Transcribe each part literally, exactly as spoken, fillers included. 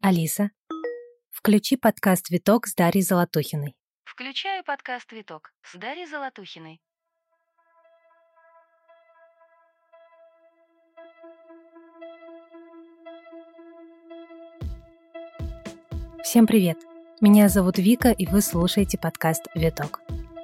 Алиса, включи подкаст «Виток» с Дарьей Золотухиной. Включаю подкаст «Виток» с Дарьей Золотухиной. Всем привет! Меня зовут Вика, и вы слушаете подкаст «Виток».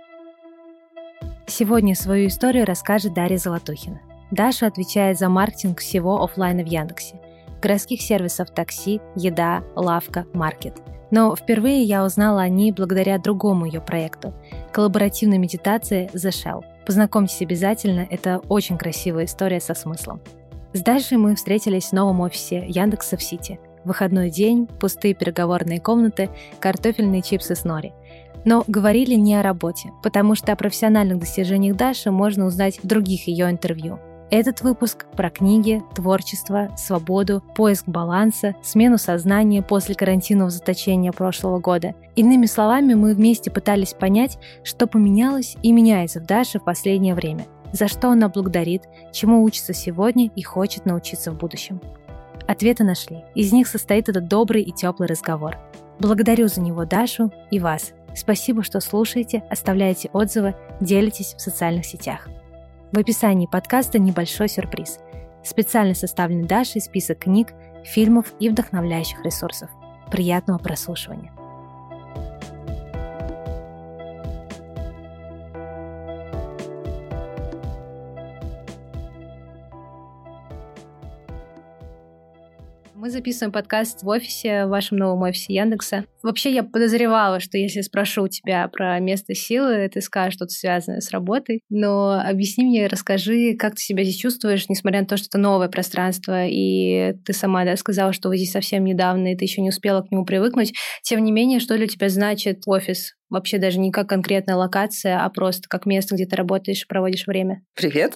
Сегодня свою историю расскажет Дарья Золотухина. Даша отвечает за маркетинг всего офлайна в Яндексе. Городских сервисов такси, еда, лавка, маркет. Но впервые я узнала о ней благодаря другому ее проекту – коллаборативной медитации The Shell. Познакомьтесь обязательно, это очень красивая история со смыслом. С Дашей мы встретились в новом офисе Яндекса в Сити. Выходной день, пустые переговорные комнаты, картофельные чипсы с нори. Но говорили не о работе, потому что о профессиональных достижениях Даши можно узнать в других ее интервью. Этот выпуск про книги, творчество, свободу, поиск баланса, смену сознания после карантинного заточения прошлого года. Иными словами, мы вместе пытались понять, что поменялось и меняется в Даше в последнее время, за что она благодарит, чему учится сегодня и хочет научиться в будущем. Ответы нашли. Из них состоит этот добрый и теплый разговор. Благодарю за него Дашу и вас. Спасибо, что слушаете, оставляете отзывы, делитесь в социальных сетях. В описании подкаста небольшой сюрприз. Специально составленный Дашей список книг, фильмов и вдохновляющих ресурсов. Приятного прослушивания. Мы записываем подкаст в офисе, в вашем новом офисе Яндекса. Вообще, я подозревала, что если спрошу тебя про место силы, ты скажешь что-то связанное с работой. Но объясни мне, расскажи, как ты себя здесь чувствуешь, несмотря на то, что это новое пространство, и ты сама да, сказала, что вы здесь совсем недавно, и ты еще не успела к нему привыкнуть. Тем не менее, что для тебя значит офис? Вообще даже не как конкретная локация, а просто как место, где ты работаешь и проводишь время. Привет!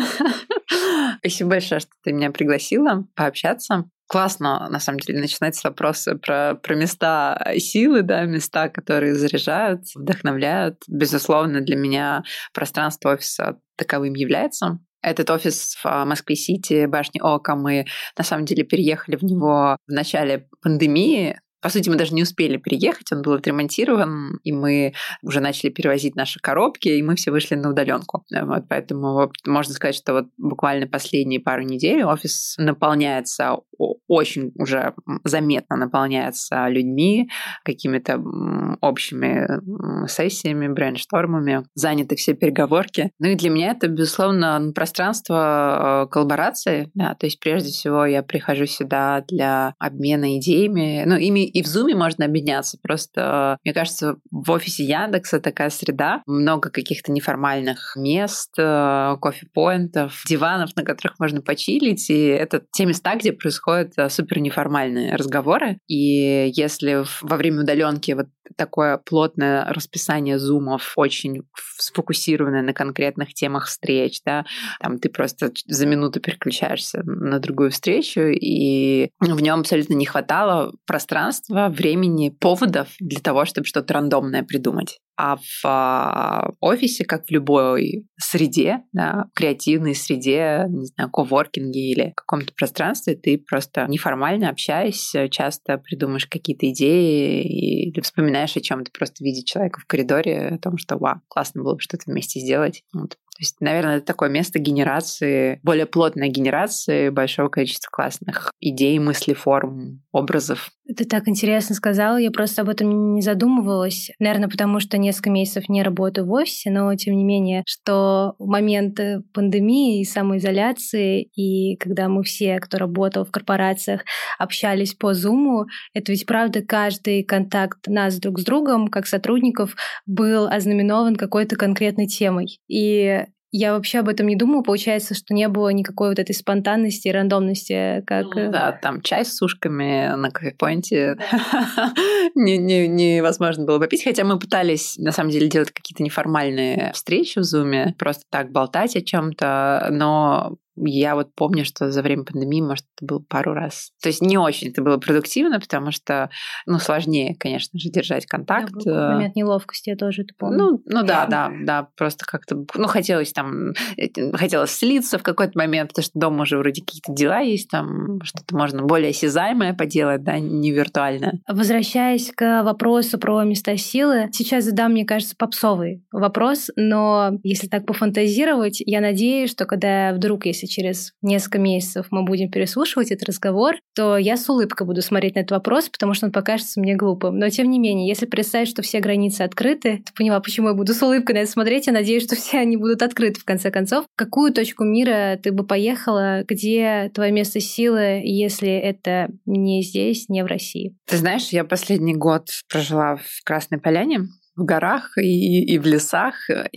Спасибо большое, что ты меня пригласила пообщаться. Классно, на самом деле, начинать с вопроса про, про места силы, да, места, которые заряжают, вдохновляют. Безусловно, для меня пространство офиса таковым является. Этот офис в Москве-Сити, башни Ока, мы на самом деле переехали в него в начале пандемии. По сути, мы даже не успели переехать, он был отремонтирован, и мы уже начали перевозить наши коробки, и мы все вышли на удаленку. Вот, поэтому вот, можно сказать, что вот буквально последние пару недель офис наполняется, очень уже заметно наполняется людьми, какими-то общими сессиями, брейнштормами, заняты все переговорки. Ну и для меня это, безусловно, пространство коллаборации. Да, то есть прежде всего я прихожу сюда для обмена идеями, ну, ими и в Zoom можно обменяться. Просто, мне кажется, в офисе Яндекса такая среда, много каких-то неформальных мест, кофе-поинтов, диванов, на которых можно почилить. И это те места, где происходят супер неформальные разговоры. И если во время удаленки вот такое плотное расписание зумов, очень сфокусированное на конкретных темах встреч, да, там ты просто за минуту переключаешься на другую встречу, и в нем абсолютно не хватало пространства, времени, поводов для того, чтобы что-то рандомное придумать. А в офисе, как в любой среде, да, креативной среде, не знаю, коворкинге или каком-то пространстве, ты просто неформально общаясь, часто придумаешь какие-то идеи или вспоминаешь о чем-то, просто видя человека в коридоре, о том, что вау, классно было бы что-то вместе сделать. Вот. То есть, наверное, это такое место генерации, более плотной генерации большого количества классных идей, мыслей, форм, образов. Ты так интересно сказала, я просто об этом не задумывалась. Наверное, потому что несколько месяцев не работаю в офисе, но тем не менее, что в момент пандемии и самоизоляции, и когда мы все, кто работал в корпорациях, общались по Zoom, это ведь правда каждый контакт нас друг с другом, как сотрудников, был ознаменован какой-то конкретной темой. И я вообще об этом не думала. Получается, что не было никакой вот этой спонтанности и рандомности. Как... Ну, да, там чай с сушками на кофе-поинте не, не, невозможно было попить. Хотя мы пытались, на самом деле, делать какие-то неформальные встречи в Zoom, просто так болтать о чем-то, но Я вот помню, что за время пандемии, может, это было пару раз. То есть не очень это было продуктивно, потому что, ну, сложнее, конечно же, держать контакт. Да, был момент неловкости, я тоже это помню. Ну, ну да, да, да, просто как-то, ну, хотелось там, хотелось слиться в какой-то момент, потому что дома уже вроде какие-то дела есть, там что-то можно более осязаемое поделать, да, не виртуальное. Возвращаясь к вопросу про места силы, сейчас задам, мне кажется, попсовый вопрос, но если так пофантазировать, я надеюсь, что когда вдруг, если через несколько месяцев мы будем переслушивать этот разговор, то я с улыбкой буду смотреть на этот вопрос, потому что он покажется мне глупым. Но тем не менее, если представить, что все границы открыты, ты поняла, почему я буду с улыбкой на это смотреть, я надеюсь, что все они будут открыты в конце концов. В какую точку мира ты бы поехала, где твое место силы, если это не здесь, не в России? Ты знаешь, я последний год прожила в Красной Поляне, в горах и, и в лесах,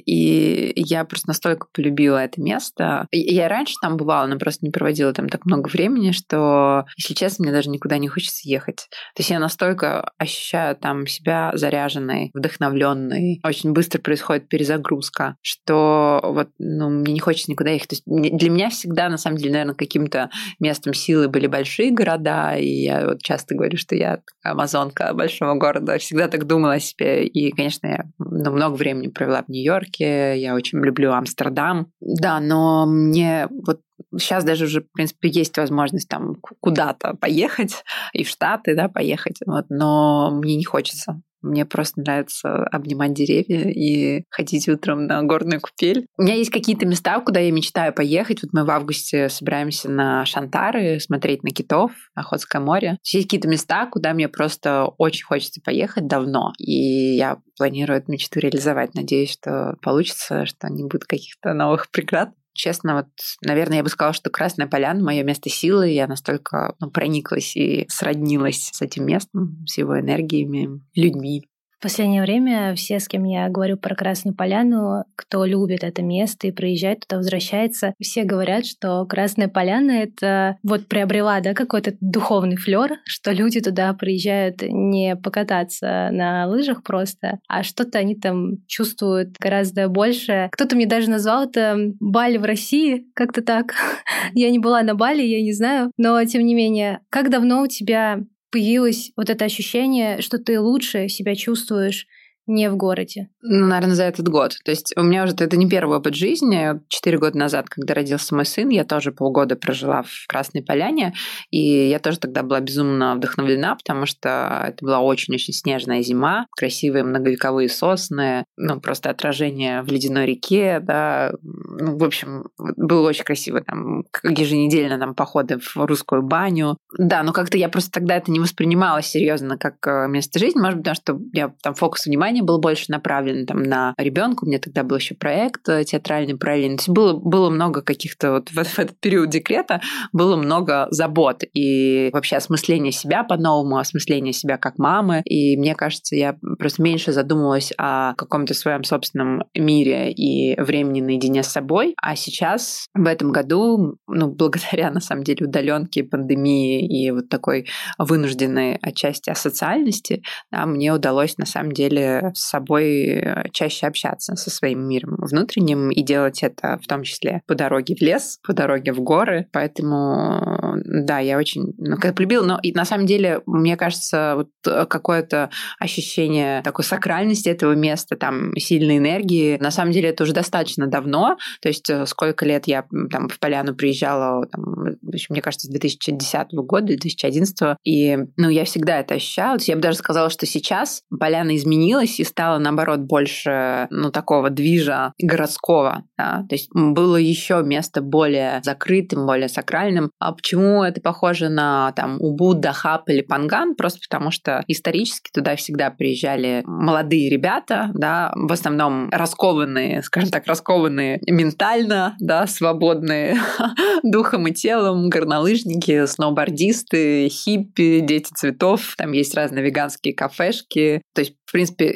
и я просто настолько полюбила это место. Я раньше там бывала, но просто не проводила там так много времени, что, если честно, мне даже никуда не хочется ехать. То есть я настолько ощущаю там себя заряженной, вдохновленной. Очень быстро происходит перезагрузка, что вот, ну, мне не хочется никуда ехать. То есть для меня всегда, на самом деле, наверное, каким-то местом силы были большие города, и я вот часто говорю, что я амазонка большого города. Всегда так думала о себе, и, конечно, я ну, много времени провела в Нью-Йорке, я очень люблю Амстердам. Да, но мне вот сейчас даже уже, в принципе, есть возможность там куда-то поехать, и в Штаты, да, поехать, вот, но мне не хочется. Мне просто нравится обнимать деревья и ходить утром на горную купель. У меня есть какие-то места, куда я мечтаю поехать. Вот мы в августе собираемся на Шантары, смотреть на китов, Охотское море. Есть какие-то места, куда мне просто очень хочется поехать давно. И я планирую эту мечту реализовать. Надеюсь, что получится, что не будет каких-то новых преград. Честно, вот, наверное, я бы сказала, что Красная Поляна — мое место силы. Я настолько ну, прониклась и сроднилась с этим местом, с его энергиями, людьми. В последнее время все, с кем я говорю про Красную Поляну, кто любит это место и приезжает туда, возвращается, все говорят, что Красная Поляна — это вот приобрела, да, какой-то духовный флёр, что люди туда приезжают не покататься на лыжах просто, а что-то они там чувствуют гораздо больше. Кто-то мне даже назвал это Бали в России, как-то так. Я не была на Бали, я не знаю, но тем не менее, как давно у тебя появилось вот это ощущение, что ты лучше себя чувствуешь не в городе? Ну, наверное, за этот год. То есть у меня уже это не первый опыт жизни. Четыре года назад, когда родился мой сын, я тоже полгода прожила в Красной Поляне, и я тоже тогда была безумно вдохновлена, потому что это была очень-очень снежная зима, красивые многовековые сосны, ну, просто отражение в ледяной реке, да. Ну, в общем, было очень красиво. Там еженедельно там походы в русскую баню. Да, но как-то я просто тогда это не воспринимала серьезно как место жизни, может быть, потому что я там фокус внимания был больше направлен там, на ребенка. У меня тогда был еще проект театральный параллельно. То есть было, было много каких-то вот в, в этот период декрета было много забот и вообще осмысления себя по-новому, осмысления себя как мамы. И мне кажется, я просто меньше задумывалась о каком-то своем собственном мире и времени наедине с собой. А сейчас, в этом году, ну, благодаря, на самом деле, удаленке, пандемии и вот такой вынужденной отчасти асоциальности, да, мне удалось, на самом деле, с собой чаще общаться со своим миром внутренним и делать это в том числе по дороге в лес, по дороге в горы. Поэтому, да, я очень ну, как полюбила. Но и на самом деле, мне кажется, вот какое-то ощущение такой сакральности этого места, там, сильной энергии. На самом деле, это уже достаточно давно. То есть сколько лет я там в Поляну приезжала, там, мне кажется, с две тысячи десятого года, две тысячи одиннадцатого. И ну, я всегда это ощущала. То есть я бы даже сказала, что сейчас Поляна изменилась и стало, наоборот, больше ну, такого движа городского. Да? То есть было еще место более закрытым, более сакральным. А почему это похоже на там, Убуд, Дахаб или Панган? Просто потому что исторически туда всегда приезжали молодые ребята, да, в основном раскованные, скажем так, раскованные ментально, да, свободные духом и телом, горнолыжники, сноубордисты, хиппи, дети цветов. Там есть разные веганские кафешки. То есть, в принципе,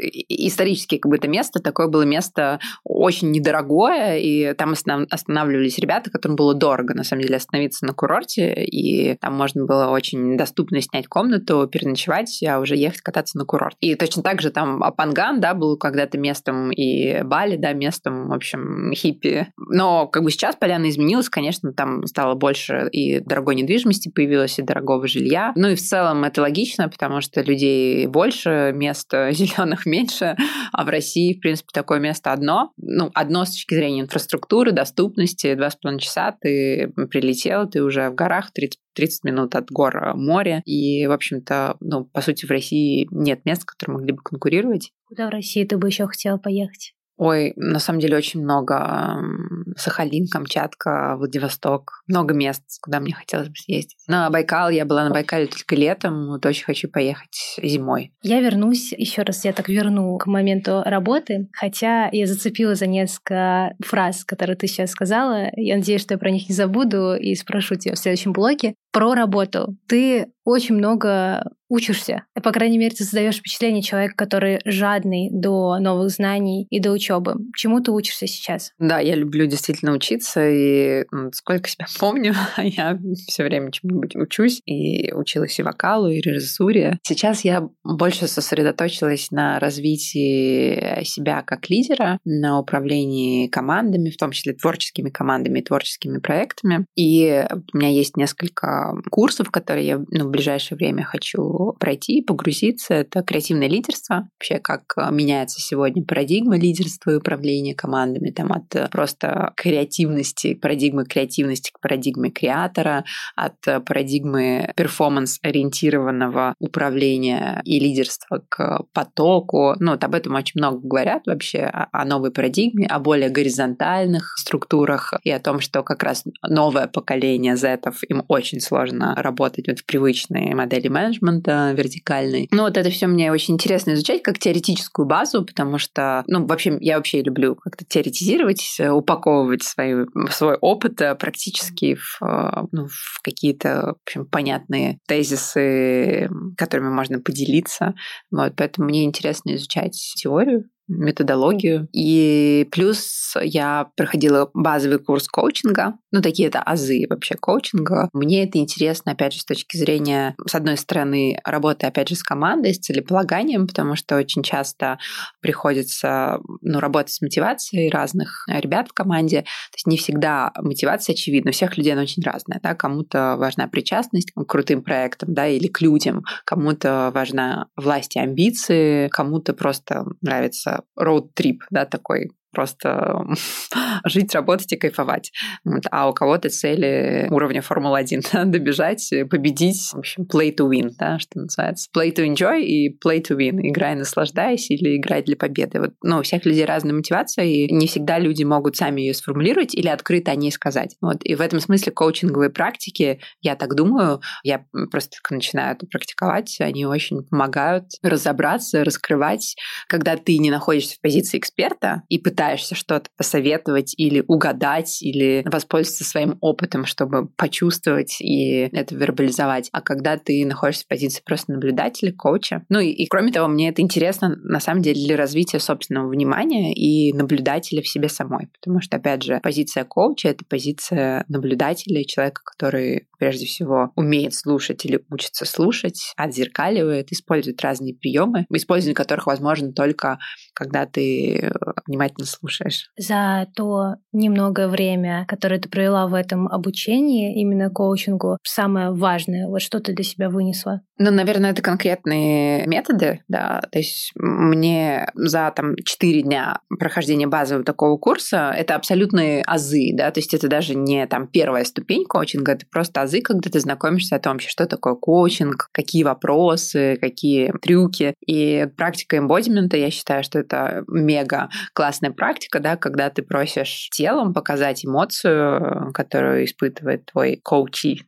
исторически как бы это место, такое было место очень недорогое, и там останавливались ребята, которым было дорого, на самом деле, остановиться на курорте, и там можно было очень доступно снять комнату, переночевать, а уже ехать кататься на курорт. И точно так же там Панган, да, был когда-то местом, и Бали, да, местом, в общем, хиппи. Но как бы сейчас поляна изменилась, конечно, там стало больше и дорогой недвижимости появилось, и дорогого жилья. Ну и в целом это логично, потому что людей больше, места зеленых меньше, а в России, в принципе, такое место одно. Ну, одно с точки зрения инфраструктуры, доступности. Два с половиной часа ты прилетел, ты уже в горах, тридцать тридцать минут от гор море. И, в общем-то, ну, по сути, в России нет мест, которые могли бы конкурировать. Куда в России ты бы еще хотела поехать? Ой, на самом деле очень много. Сахалин, Камчатка, Владивосток. Много мест, куда мне хотелось бы съездить. На Байкал я была на Байкале только летом. Вот очень хочу поехать зимой. Я вернусь, еще раз я так верну к моменту работы, хотя я зацепила за несколько фраз, которые ты сейчас сказала. Я надеюсь, что я про них не забуду и спрошу тебя в следующем блоке. Про работу. Ты очень много учишься. По крайней мере, ты создаешь впечатление человека, который жадный до новых знаний и до учебы. Чему ты учишься сейчас? Да, я люблю действительно учиться, и ну, сколько себя помню, я все время чему-нибудь учусь, и училась и вокалу, и режиссуре. Сейчас я больше сосредоточилась на развитии себя как лидера, на управлении командами, в том числе творческими командами и творческими проектами. И у меня есть несколько курсов, которые я ну, в ближайшее время хочу пройти, погрузиться. Это креативное лидерство. Вообще, как меняется сегодня парадигма лидерства и управления командами. Там от просто креативности, парадигмы креативности к парадигме креатора, от парадигмы перформанс-ориентированного управления и лидерства к потоку. Ну, вот об этом очень много говорят вообще, о новой парадигме, о более горизонтальных структурах и о том, что как раз новое поколение зетов, им очень сложно работать вот в привычной модели менеджмента вертикальной. Ну вот это все мне очень интересно изучать как теоретическую базу, потому что, ну вообще, я вообще люблю как-то теоретизировать, упаковывать свой, свой опыт практически в, ну, в какие-то, в общем, понятные тезисы, которыми можно поделиться. Вот, поэтому мне интересно изучать теорию, методологию. И плюс я проходила базовый курс коучинга. Ну, такие это азы вообще коучинга. Мне это интересно, опять же, с точки зрения, с одной стороны, работы, опять же, с командой, с целеполаганием, потому что очень часто приходится ну, работать с мотивацией разных ребят в команде. То есть не всегда мотивация очевидна. У всех людей она очень разная. Да? Кому-то важна причастность к крутым проектам, да, или к людям. Кому-то важна власть и амбиции. Кому-то просто нравится роуд-трип, да, такой просто жить, работать и кайфовать. Вот. А у кого-то цели уровня Формулы один, да, добежать, победить, в общем, play to win, да, что называется. Play to enjoy и play to win. Играй, наслаждайся или играй для победы. Вот, ну, у всех людей разная мотивация, и не всегда люди могут сами ее сформулировать или открыто о ней сказать. Вот. И в этом смысле коучинговые практики, я так думаю, я просто начинаю это практиковать, они очень помогают разобраться, раскрывать, когда ты не находишься в позиции эксперта и пытаешься пытаешься что-то посоветовать или угадать, или воспользоваться своим опытом, чтобы почувствовать и это вербализовать. А когда ты находишься в позиции просто наблюдателя, коуча. Ну и, и кроме того, мне это интересно на самом деле для развития собственного внимания и наблюдателя в себе самой. Потому что, опять же, позиция коуча — это позиция наблюдателя, человека, который прежде всего умеет слушать или учится слушать, отзеркаливает, использует разные приемы, использование которых возможно только когда ты внимательно слушаешь. За то немногое время, которое ты провела в этом обучении, именно коучингу, самое важное, вот что ты для себя вынесла? Ну, наверное, это конкретные методы, да, то есть мне за там четыре дня прохождения базового такого курса это абсолютные азы, да, то есть это даже не там первая ступень коучинга, это просто азы, когда ты знакомишься о том, вообще, что такое коучинг, какие вопросы, какие трюки, и практика эмбодимента, я считаю, что это мега классная практика, да, когда ты просишь телом показать эмоцию, которую испытывает твой коучи, да,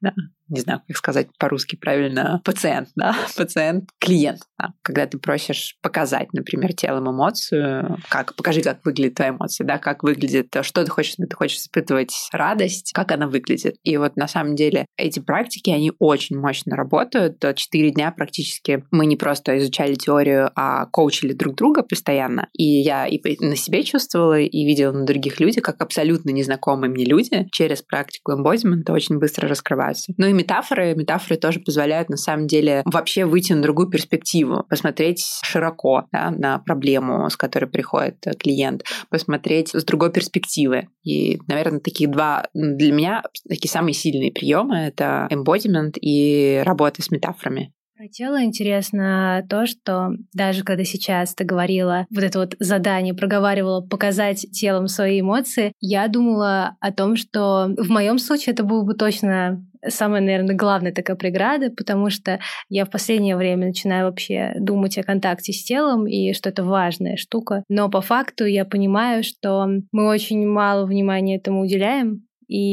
не знаю, как сказать по-русски правильно, пациент, да, пациент-клиент, да, когда ты просишь показать, например, телом эмоцию, как, покажи, как выглядит твоя эмоция, да, как выглядит, что ты хочешь, ты хочешь испытывать радость, как она выглядит. И вот на самом деле эти практики, они очень мощно работают. Четыре дня практически мы не просто изучали теорию, а коучили друг друга постоянно. И я и на себе чувствовала, и видела на других людях, как абсолютно незнакомые мне люди через практику эмбодимента очень быстро раскрываются. Ну и метафоры. Метафоры тоже позволяют на самом деле вообще выйти на другую перспективу, посмотреть широко, да, на проблему, с которой приходит клиент, посмотреть с другой перспективы. И, наверное, такие два для меня такие самые сильные приемы — это эмбодимент и работа с метафорами. Про тело интересно то, что даже когда сейчас ты говорила, вот это вот задание проговаривала показать телом свои эмоции, я думала о том, что в моем случае это было бы точно самая, наверное, главная такая преграда, потому что я в последнее время начинаю вообще думать о контакте с телом и что это важная штука. Но по факту я понимаю, что мы очень мало внимания этому уделяем,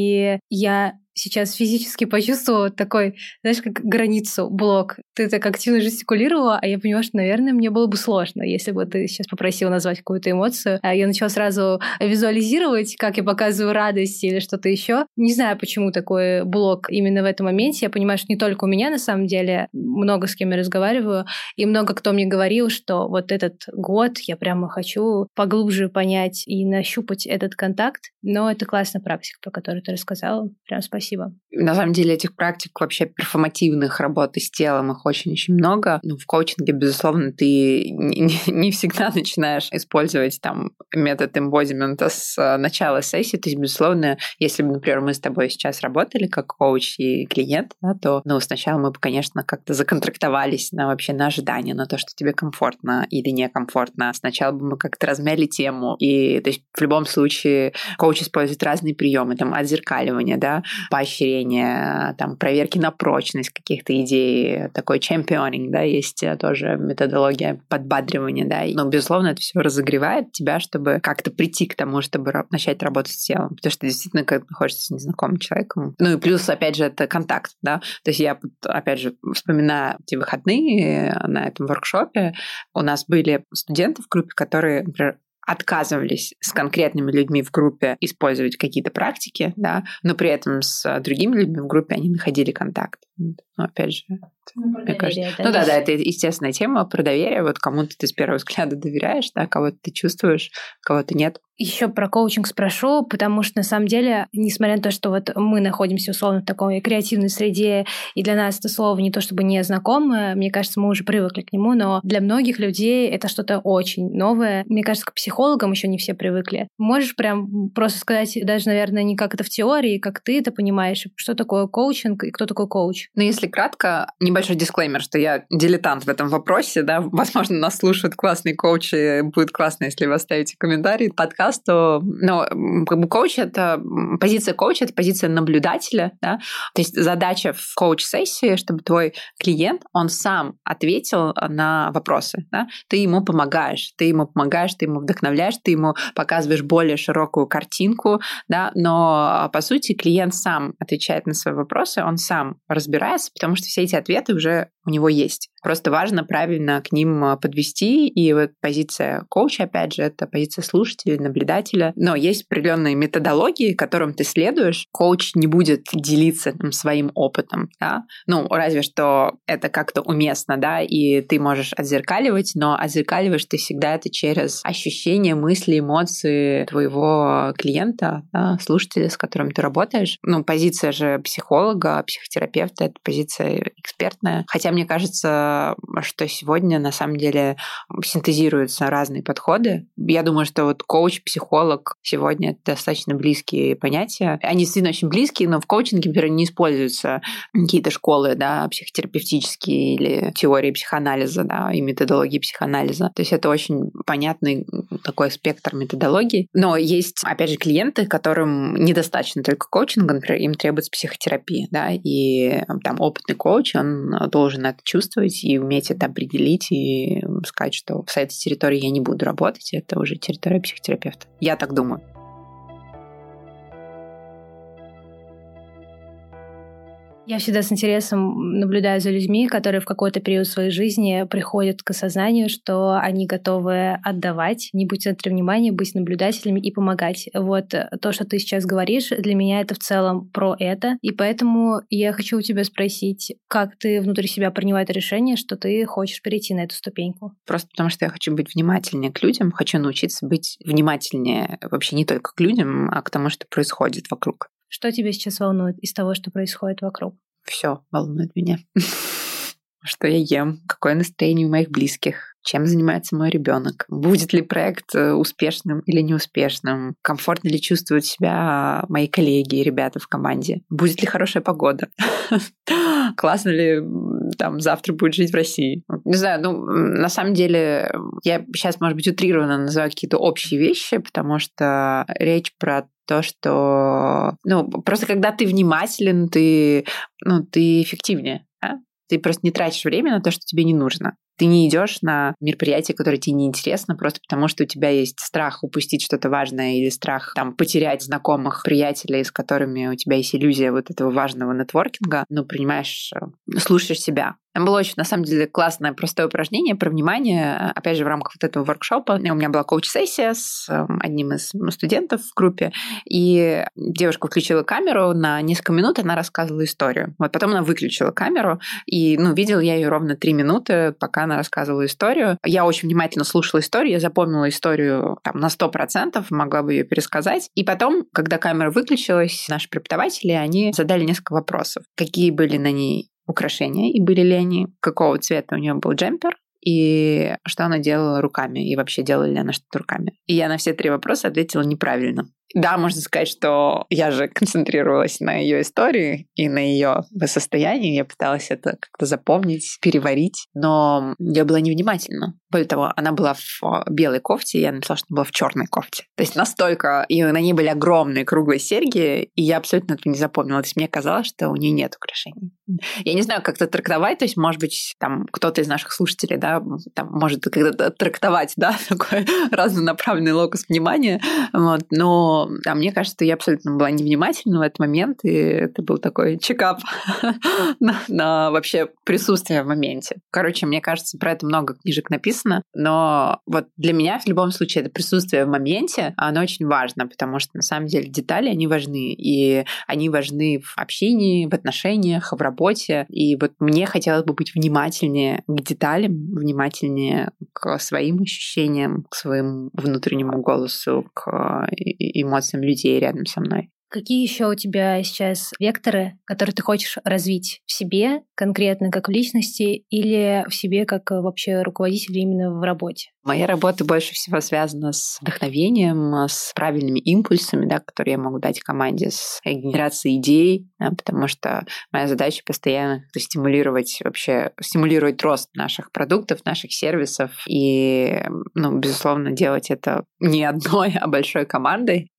и я сейчас физически почувствовала такой, знаешь, как границу, блок. Ты так активно жестикулировала, а я поняла, что, наверное, мне было бы сложно, если бы ты сейчас попросила назвать какую-то эмоцию. А я начала сразу визуализировать, как я показываю радость или что-то еще. Не знаю, почему такой блок именно в этом моменте. Я понимаю, что не только у меня, на самом деле, много с кем я разговариваю, и много кто мне говорил, что вот этот год я прямо хочу поглубже понять и нащупать этот контакт. Но это классная практика, про которую ты рассказала. Прям спасибо. Спасибо. На самом деле этих практик вообще перформативных работы с телом, их очень-очень много. Ну, в коучинге, безусловно, ты не, не всегда начинаешь использовать там метод эмбодимента с начала сессии. То есть, безусловно, если бы, например, мы с тобой сейчас работали как коуч и клиент, да, то ну, сначала мы бы, конечно, как-то законтрактовались на вообще на ожидание, на то, что тебе комфортно или некомфортно. Сначала бы мы как-то размяли тему. И то есть в любом случае коуч использует разные приемы, там, отзеркаливание, да, поощрения, там, проверки на прочность каких-то идей, такой чемпионинг, да, есть тоже методология подбадривания, да, но, безусловно, это все разогревает тебя, чтобы как-то прийти к тому, чтобы начать работать с телом, потому что действительно, как находишься с незнакомым человеком. Ну и плюс, опять же, это контакт, да, то есть я, опять же, вспоминаю те выходные на этом воркшопе, у нас были студенты в группе, которые, например, отказывались с конкретными людьми в группе использовать какие-то практики, да, но при этом с другими людьми в группе они находили контакт. Ну, опять же, ну, мне кажется. Ну да, да, это естественная тема про доверие. Вот кому-то ты с первого взгляда доверяешь, да, кого-то ты чувствуешь, кого-то нет. Еще про коучинг спрошу, потому что на самом деле, несмотря на то, что вот мы находимся условно в такой креативной среде, и для нас это слово не то чтобы не знакомое, мне кажется, мы уже привыкли к нему, но для многих людей это что-то очень новое. Мне кажется, к психологам еще не все привыкли. Можешь прям просто сказать, даже, наверное, не как это в теории, как ты это понимаешь, что такое коучинг и кто такой коуч? Ну, если кратко, небольшой дисклеймер, что я дилетант в этом вопросе, да, возможно, нас слушают классные коучи, будет классно, если вы оставите комментарий, подкаст, то, ну, как бы коуч — это, позиция коуча — это позиция наблюдателя, да, то есть задача в коуч-сессии, чтобы твой клиент, он сам ответил на вопросы, да, ты ему помогаешь, ты ему помогаешь, ты ему вдохновляешь, ты ему показываешь более широкую картинку, да, но, по сути, клиент сам отвечает на свои вопросы, он сам разбирается, потому что все эти ответы уже у него есть. Просто важно правильно к ним подвести, и вот позиция коуча, опять же, это позиция слушателя, наблюдателя. Но есть определенные методологии, которым ты следуешь. Коуч не будет делиться там своим опытом, да? Ну, разве что это как-то уместно, да, и ты можешь отзеркаливать, но отзеркаливаешь ты всегда это через ощущения, мысли, эмоции твоего клиента, да, слушателя, с которым ты работаешь. Ну, позиция же психолога, психотерапевта — это позиция экспертная. Хотя, мне кажется, что сегодня на самом деле синтезируются разные подходы. Я думаю, что вот коуч, психолог сегодня это достаточно близкие понятия. Они действительно очень близкие, но в коучинге, например, не используются какие-то школы, да, психотерапевтические или теории психоанализа, да, и методологии психоанализа. То есть это очень понятный такой спектр методологий. Но есть, опять же, клиенты, которым недостаточно только коучинга, например, им требуется психотерапия, да, и там опытный коуч, он должен это чувствовать и уметь это определить и сказать, что с этой территорией я не буду работать, это уже территория психотерапевта. Я так думаю. Я всегда с интересом наблюдаю за людьми, которые в какой-то период своей жизни приходят к осознанию, что они готовы отдавать, не быть в центре внимания, быть наблюдателями и помогать. Вот то, что ты сейчас говоришь, для меня это в целом про это. И поэтому я хочу у тебя спросить, как ты внутри себя принимаешь решение, что ты хочешь перейти на эту ступеньку? Просто потому что я хочу быть внимательнее к людям, хочу научиться быть внимательнее вообще не только к людям, а к тому, что происходит вокруг. Что тебя сейчас волнует из того, что происходит вокруг? Все волнует меня. Что я ем, какое настроение у моих близких, чем занимается мой ребенок, будет ли проект успешным или неуспешным, комфортно ли чувствуют себя мои коллеги и ребята в команде, будет ли хорошая погода, классно ли там завтра будет жить в России. Не знаю, ну, на самом деле, я сейчас, может быть, утрированно называю какие-то общие вещи, потому что речь про то, что, ну, просто когда ты внимателен, ты, ну, ты эффективнее, да? Ты просто не тратишь время на то, что тебе не нужно. Ты не идешь на мероприятие, которое тебе неинтересно, просто потому что у тебя есть страх упустить что-то важное или страх там, потерять знакомых, приятелей, с которыми у тебя есть иллюзия вот этого важного нетворкинга. Ну, принимаешь, слушаешь себя. Там было очень, на самом деле, классное, простое упражнение про внимание. Опять же, в рамках вот этого воркшопа у меня была коуч-сессия с одним из студентов в группе, и девушка включила камеру на несколько минут, она рассказывала историю. Вот потом она выключила камеру, и, ну, видела я ее ровно три минуты, пока она рассказывала историю. Я очень внимательно слушала историю, я запомнила историю там, на сто процентов, могла бы ее пересказать. И потом, когда камера выключилась, наши преподаватели, они задали несколько вопросов. Какие были на ней украшения, и были ли они, какого цвета у нее был джемпер, и что она делала руками, и вообще делала ли она что-то руками. И я на все три вопроса ответила неправильно. Да, можно сказать, что я же концентрировалась на ее истории и на ее состоянии. Я пыталась это как-то запомнить, переварить, но я была невнимательна. Более того, она была в белой кофте, и я написала, что она была в черной кофте. То есть настолько... И на ней были огромные круглые серьги, и я абсолютно этого не запомнила. То есть мне казалось, что у нее нет украшений. Я не знаю, как это трактовать. То есть, может быть, там кто-то из наших слушателей, да, там может когда-то трактовать, да, такой разнонаправленный локус внимания. Вот. Но а мне кажется, что я абсолютно была невнимательна в этот момент, и это был такой чекап на, на вообще присутствие в моменте. Короче, мне кажется, про это много книжек написано, но вот для меня в любом случае это присутствие в моменте, оно очень важно, потому что на самом деле детали, они важны, и они важны в общении, в отношениях, в работе, и вот мне хотелось бы быть внимательнее к деталям, внимательнее к своим ощущениям, к своему внутреннему голосу, к эмоциям людей рядом со мной. Какие еще у тебя сейчас векторы, которые ты хочешь развить в себе, конкретно как в личности, или в себе как вообще руководитель именно в работе? Моя работа больше всего связана с вдохновением, с правильными импульсами, да, которые я могу дать команде, с генерацией идей, да, потому что моя задача постоянно как-то стимулировать вообще, стимулировать рост наших продуктов, наших сервисов и, ну, безусловно, делать это не одной, а большой командой.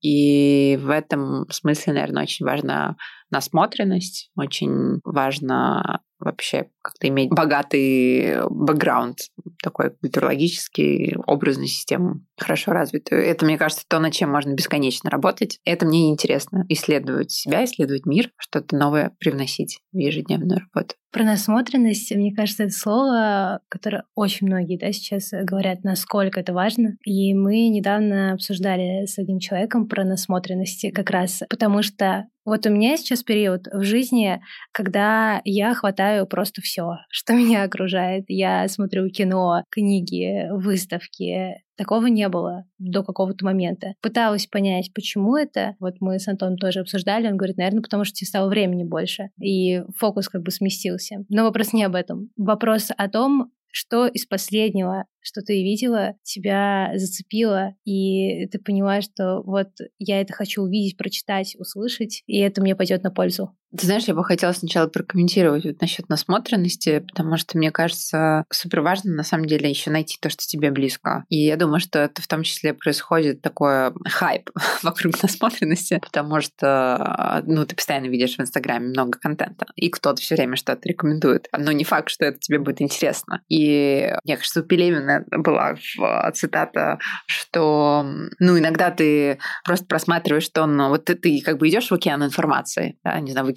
И в этом смысле, наверное, очень важна насмотренность, очень важно вообще как-то иметь богатый бэкграунд, такой культурологический, образную систему, хорошо развитую. Это, мне кажется, то, над чем можно бесконечно работать. Это мне интересно. Исследовать себя, исследовать мир, что-то новое привносить в ежедневную работу. Про насмотренность, мне кажется, это слово, которое очень многие, да, сейчас говорят, насколько это важно. И мы недавно обсуждали с одним человеком про насмотренность как раз, потому что вот у меня сейчас период в жизни, когда я хватаю просто все, что меня окружает. Я смотрю кино, книги, выставки. Такого не было до какого-то момента. Пыталась понять, почему это. Вот мы с Антоном тоже обсуждали. Он говорит, наверное, потому что тебе стало времени больше. И фокус как бы сместился. Но вопрос не об этом. Вопрос о том, что из последнего, что ты видела, тебя зацепило, и ты поняла, что вот я это хочу увидеть, прочитать, услышать, и это мне пойдет на пользу. Ты знаешь, я бы хотела сначала прокомментировать вот насчет насмотренности, потому что, мне кажется, супер важно на самом деле еще найти то, что тебе близко. И я думаю, что это в том числе происходит такой хайп вокруг насмотренности, потому что, ну, ты постоянно видишь в Инстаграме много контента, и кто-то все время что-то рекомендует. Но не факт, что это тебе будет интересно. И мне кажется, у Пелевина была цитата, что, ну, иногда ты просто просматриваешь, что, ну, вот ты, ты как бы идешь в океан информации, да, не знаю, в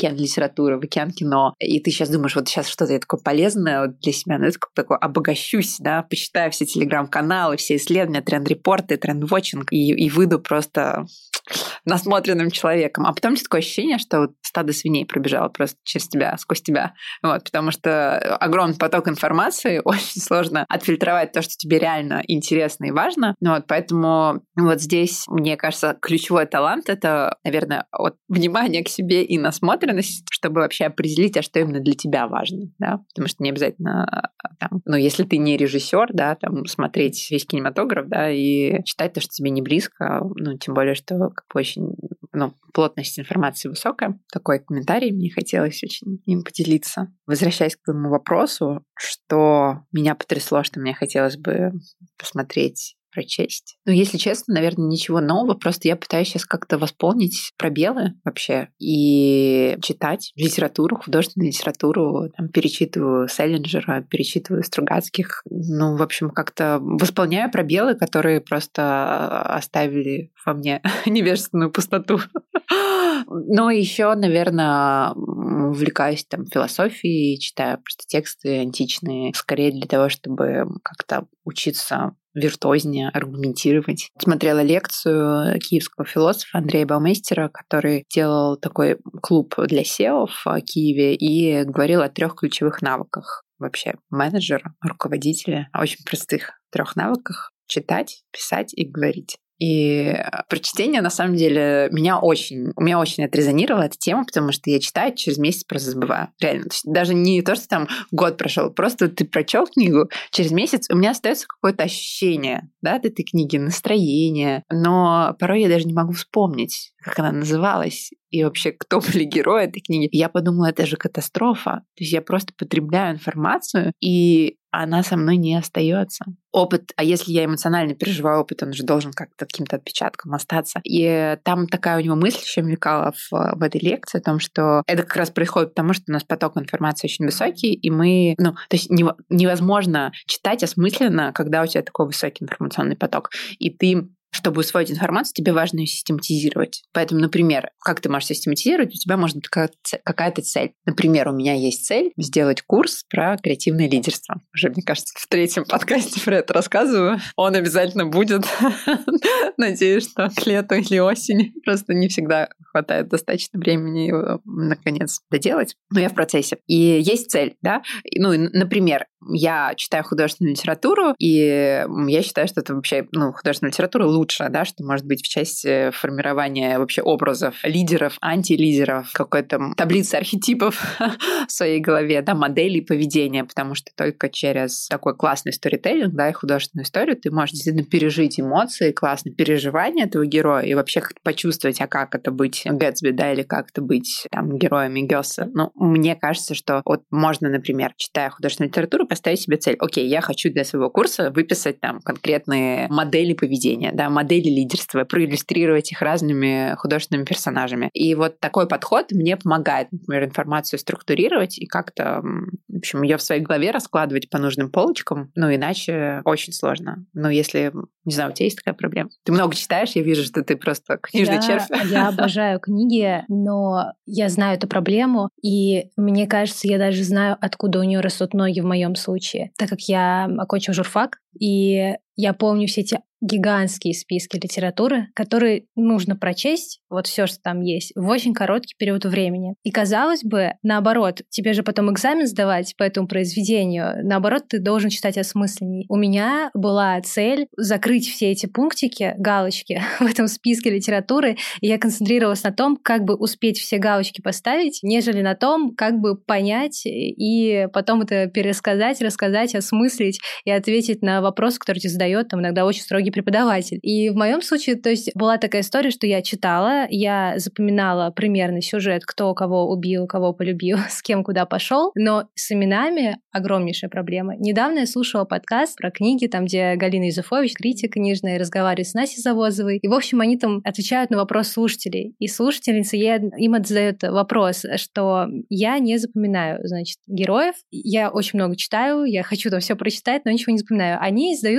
океан литературы, в океан кино, и ты сейчас думаешь, вот сейчас что-то я такое полезное вот для себя, ну, это такое, обогащусь, да, почитаю все телеграм-каналы, все исследования, тренд-репорты, тренд-вотчинг, и, и выйду просто насмотренным человеком. А потом такое ощущение, что вот стадо свиней пробежало просто через тебя, сквозь тебя. Вот, потому что огромный поток информации, очень сложно отфильтровать то, что тебе реально интересно и важно. Вот, поэтому вот здесь, мне кажется, ключевой талант — это, наверное, от внимания к себе и насмотренность, чтобы вообще определить, а что именно для тебя важно. Да? Потому что не обязательно, там, ну, если ты не режиссер, да, там, смотреть весь кинематограф, да, и читать то, что тебе не близко, ну, тем более, что как бы очень, ну, плотность информации высокая. Такой комментарий, мне хотелось очень им поделиться. Возвращаясь к твоему вопросу, что меня потрясло, что мне хотелось бы посмотреть, прочесть. Ну, если честно, наверное, ничего нового, просто я пытаюсь сейчас как-то восполнить пробелы вообще и читать литературу, художественную литературу, там, перечитываю Селлинджера, перечитываю Стругацких, ну, в общем, как-то восполняю пробелы, которые просто оставили во мне невежественную пустоту. Но еще, наверное, увлекаюсь там философией, читаю просто тексты античные, скорее для того, чтобы как-то учиться виртуознее аргументировать. Смотрела лекцию киевского философа Андрея Баумейстера, который делал такой клуб для сео в Киеве и говорил о трех ключевых навыках вообще менеджера, руководителя, очень простых трех навыках: читать, писать и говорить. И прочтение, на самом деле, меня очень, у меня очень отрезонировала эта тема, потому что я читаю, через месяц просто забываю. Реально. То есть даже не то, что там год прошел, просто ты прочел книгу, через месяц у меня остается какое-то ощущение, да, от этой книги, настроение, но порой я даже не могу вспомнить, как она называлась, и вообще, кто были герои этой книги. Я подумала, это же катастрофа. То есть я просто потребляю информацию, и она со мной не остается. Опыт, а если я эмоционально переживаю опыт, он же должен как-то каким-то отпечатком остаться. И там такая у него мысль еще мелькала в, в этой лекции о том, что это как раз происходит потому, что у нас поток информации очень высокий, и мы, ну, то есть невозможно читать осмысленно, когда у тебя такой высокий информационный поток, и ты, чтобы усвоить информацию, тебе важно ее систематизировать. Поэтому, например, как ты можешь систематизировать? У тебя может быть какая-то цель. Например, у меня есть цель сделать курс про креативное лидерство. Уже, мне кажется, в третьем подкасте про это рассказываю. Он обязательно будет. Надеюсь, что к лету или осени. Просто не всегда хватает достаточно времени его, наконец, доделать. Но я в процессе. И есть цель, да? Ну, например, я читаю художественную литературу, и я считаю, что это вообще, ну, художественная литература лучше, да, что может быть в части формирования вообще образов лидеров, антилидеров, какой-то таблицы архетипов в своей голове, да, моделей поведения, потому что только через такой классный сторителлинг, да, и художественную историю ты можешь действительно пережить эмоции, классные переживания этого героя и вообще почувствовать, а как это быть Гэтсби, да, или как это быть там героями Гёса. Ну, мне кажется, что вот можно, например, читая художественную литературу, поставить себе цель. Окей, я хочу для своего курса выписать там конкретные модели поведения, да, модели лидерства, проиллюстрировать их разными художественными персонажами. И вот такой подход мне помогает, например, информацию структурировать и как-то, в общем, ее в своей голове раскладывать по нужным полочкам, ну, иначе очень сложно. Но если, не знаю, у тебя есть такая проблема? Ты много читаешь, я вижу, что ты просто книжный я, червь. Я обожаю книги, но я знаю эту проблему, и мне кажется, я даже знаю, откуда у нее растут ноги в моем случае, так как я окончила журфак, и я помню все эти гигантские списки литературы, которые нужно прочесть, вот все, что там есть, в очень короткий период времени. И казалось бы, наоборот, тебе же потом экзамен сдавать по этому произведению, наоборот, ты должен читать осмысленней. У меня была цель закрыть все эти пунктики, галочки в этом списке литературы, и я концентрировалась на том, как бы успеть все галочки поставить, нежели на том, как бы понять и потом это пересказать, рассказать, осмыслить и ответить на вопрос, который тебе задает там иногда очень строгий преподаватель. И в моем случае, то есть была такая история, что я читала, я запоминала примерный сюжет, кто кого убил, кого полюбил, с кем куда пошел, но с именами огромнейшая проблема. Недавно я слушала подкаст про книги, там, где Галина Юзефович, критик книжная, разговаривает с Настей Завозовой, и, в общем, они там отвечают на вопрос слушателей. И слушательница им задает вопрос, что я не запоминаю, значит, героев. Я очень много читаю, я хочу там все прочитать, но ничего не запоминаю. Они задают как бы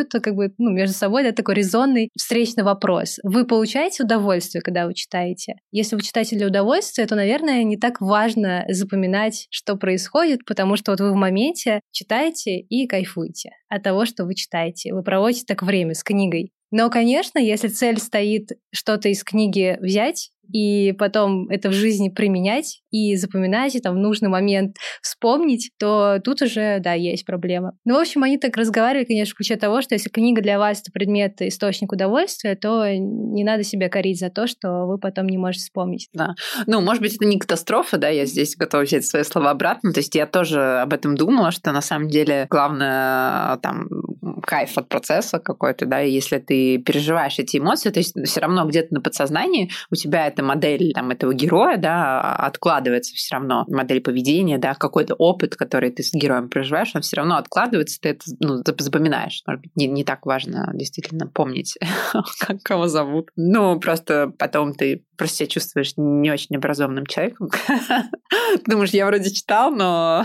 бы ну, между собой да, такой резонный встречный вопрос. Вы получаете удовольствие, когда вы читаете? Если вы читаете для удовольствия, то, наверное, не так важно запоминать, что происходит, потому что вот вы в моменте читаете и кайфуете от того, что вы читаете. Вы проводите так время с книгой. Но, конечно, если цель стоит что-то из книги взять и потом это в жизни применять и запоминать, и там в нужный момент вспомнить, то тут уже, да, есть проблема. Ну, в общем, они так разговаривали, конечно, в ключе того, что если книга для вас — это предмет, источник удовольствия, то не надо себя корить за то, что вы потом не можете вспомнить. Да. Ну, может быть, это не катастрофа, да, я здесь готова взять свои слова обратно. То есть я тоже об этом думала, что на самом деле главное там кайф от процесса какой-то, да, и если ты переживаешь эти эмоции, то есть все равно где-то на подсознании у тебя эта модель там, этого героя, да, откладывается все равно, модель поведения, да, какой-то опыт, который ты с героем проживаешь, он все равно откладывается, ты это ну, запоминаешь. Может быть, не, не так важно действительно помнить, как кого зовут. Ну, просто потом ты просто себя чувствуешь не очень образованным человеком. Думаешь, я вроде читал, но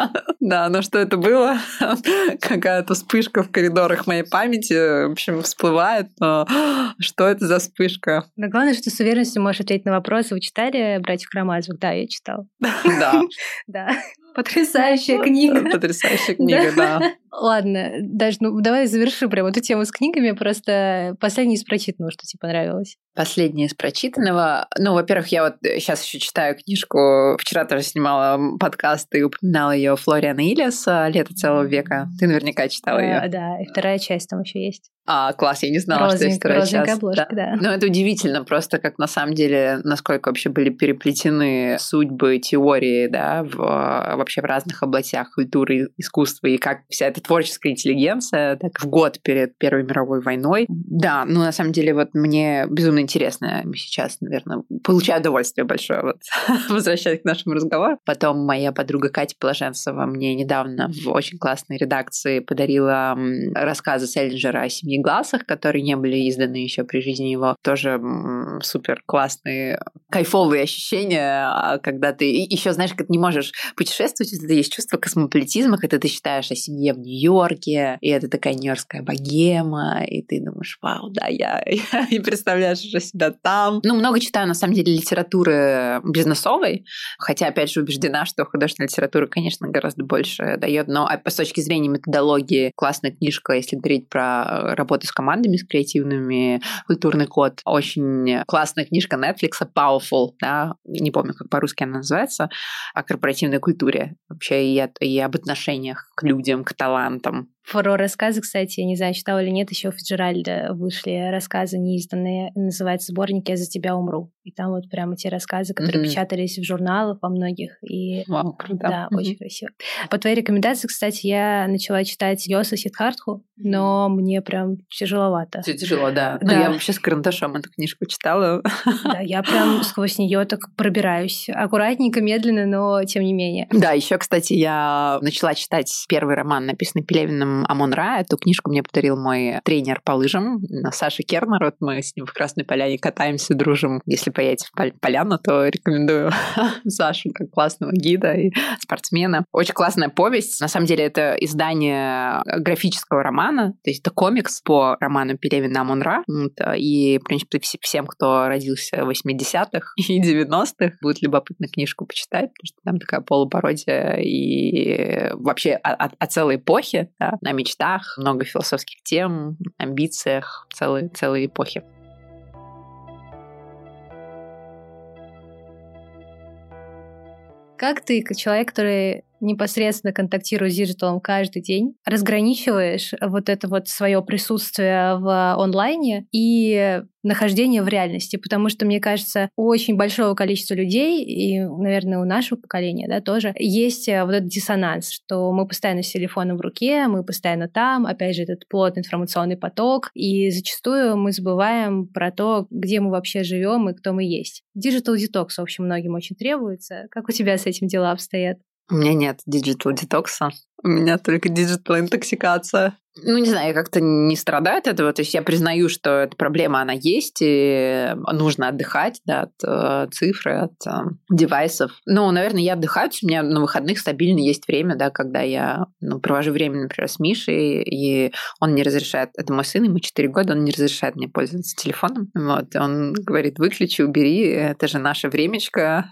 да, но что это было? Какая-то вспышка в коридорах моей памяти, в общем, всплывает, но что это за вспышка? Но главное, что ты с уверенностью можешь ответить на вопрос. Вы читали «Братьев Карамазовых»? Да, я читал. Да. Да. Потрясающая книга. Потрясающая книга, да. Ладно, даже ну давай заверши прям эту тему с книгами. Просто последнее из прочитанного, что тебе понравилось. Последнее из прочитанного. Ну, во-первых, я вот сейчас еще читаю книжку. Вчера тоже снимала подкаст и упоминала ее Флориана Ильяса «Лето целого века». Ты наверняка читала ее. А, да, и вторая часть там еще есть. А, класс, я не знала, розовенькая, что есть вторая часть. Розовенькая обложка, да. да. Ну, это удивительно просто, как на самом деле, насколько вообще были переплетены судьбы, теории, да, в, вообще в разных областях культуры, искусства, и как вся эта творческая интеллигенция, так в год перед Первой мировой войной. Да, ну, на самом деле, вот мне безумно интересно сейчас, наверное, получаю удовольствие большое, вот, возвращаясь к нашему разговору. Потом моя подруга Катя Блаженцева мне недавно в очень классной редакции подарила рассказы Селлинджера о семье Глассах, которые не были изданы еще при жизни его. Тоже супер классные, кайфовые ощущения, когда ты еще, знаешь, как не можешь путешествовать, это есть чувство космополитизма, когда ты считаешь о семье в Нью-Йорке, и это такая нью-йоркская богема, и ты думаешь, вау, да, я, я и представляешь уже себя там. Ну, много читаю, на самом деле, литературы бизнесовой, хотя, опять же, убеждена, что художественная литература, конечно, гораздо больше дает, но с точки зрения методологии классная книжка, если говорить про работу с командами, с креативными, «Культурный код». Очень классная книжка Netflix «Powerful», да, не помню, как по-русски она называется, о корпоративной культуре вообще и, от, и об отношениях к людям, к талантам. Про рассказы, кстати, я не знаю, читала или нет, еще у Фиджеральда вышли рассказы неизданные, называется сборник «Я за тебя умру». И там вот прямо те рассказы, которые mm-hmm. печатались в журналах во многих. И Вау, круто. Да, mm-hmm. очень красиво. По твоей рекомендации, кстати, я начала читать Йоса Сиддхартху, но мне прям тяжеловато. Все тяжело, да. да. Ну, я вообще с карандашом эту книжку читала. Да, я прям сквозь нее так пробираюсь. Аккуратненько, медленно, но тем не менее. Да, еще, кстати, я начала читать первый роман, написанный Пелевиным «Амон-Ра». Эту книжку мне подарил мой тренер по лыжам Саша Кернер. Вот мы с ним в Красной Поляне катаемся, дружим. Если поедете в Поляну, то рекомендую Сашу как классного гида и спортсмена. Очень классная повесть. На самом деле это издание графического романа, то есть это комикс по роману Пелевина «Амон-Ра». И, в принципе, всем, кто родился в восьмидесятых и девяностых, будет любопытно книжку почитать, потому что там такая полупародия и вообще о, о целой эпохе, да, о мечтах, много философских тем, амбициях целой, целой эпохи. Как ты, как человек, который непосредственно контактируешь с диджиталом каждый день, разграничиваешь вот это вот свое присутствие в онлайне и нахождение в реальности? Потому что, мне кажется, у очень большого количества людей, и, наверное, у нашего поколения, да, тоже, есть вот этот диссонанс, что мы постоянно с телефоном в руке, мы постоянно там, опять же, этот плотный информационный поток, и зачастую мы забываем про то, где мы вообще живем и кто мы есть. Digital detox, в общем, многим очень требуется. Как у тебя с этим дела обстоят? У меня нет диджитал детокса. У меня только диджитал-интоксикация. Ну, не знаю, я как-то не страдаю от этого. То есть я признаю, что эта проблема, она есть, и нужно отдыхать, да, от э, цифры, от э, девайсов. Ну, наверное, я отдыхаю. У меня на выходных стабильно есть время, да, когда я ну, провожу время, например, с Мишей, и он не разрешает... Это мой сын, ему четыре года, он не разрешает мне пользоваться телефоном. Вот. Он говорит, выключи, убери, это же наше времечко,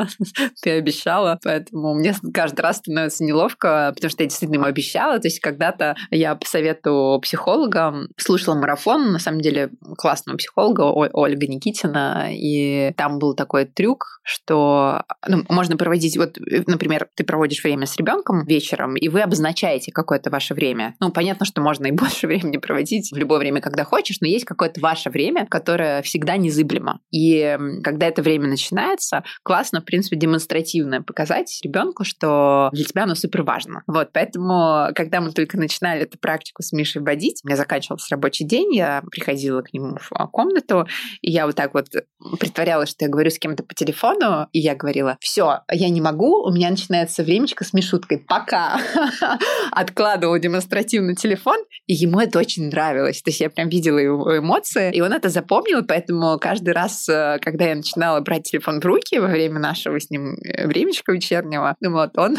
ты обещала. Поэтому мне каждый раз становится неловко, потому что я действительно ему обещала. То есть когда-то я по совету психолога слушала марафон, на самом деле, классного психолога Ольга Никитина, и там был такой трюк, что ну, можно проводить, вот, например, ты проводишь время с ребенком вечером, и вы обозначаете какое-то ваше время. Ну, понятно, что можно и больше времени проводить в любое время, когда хочешь, но есть какое-то ваше время, которое всегда незыблемо. И когда это время начинается, классно, в принципе, демонстративно показать ребенку, что для тебя оно супер важно. Вот, поэтому, когда мы только начинали эту практику с Мишей вводить, у меня заканчивался рабочий день, я приходила к нему в комнату, и я вот так вот притворялась, что я говорю с кем-то по телефону, и я говорила, все, я не могу, у меня начинается времечко с Мишуткой, пока. Откладывала демонстративно телефон, и ему это очень нравилось. То есть я прям видела его эмоции, и он это запомнил, поэтому каждый раз, когда я начинала брать телефон в руки во время нашего с ним времечка вечернего, ну вот, он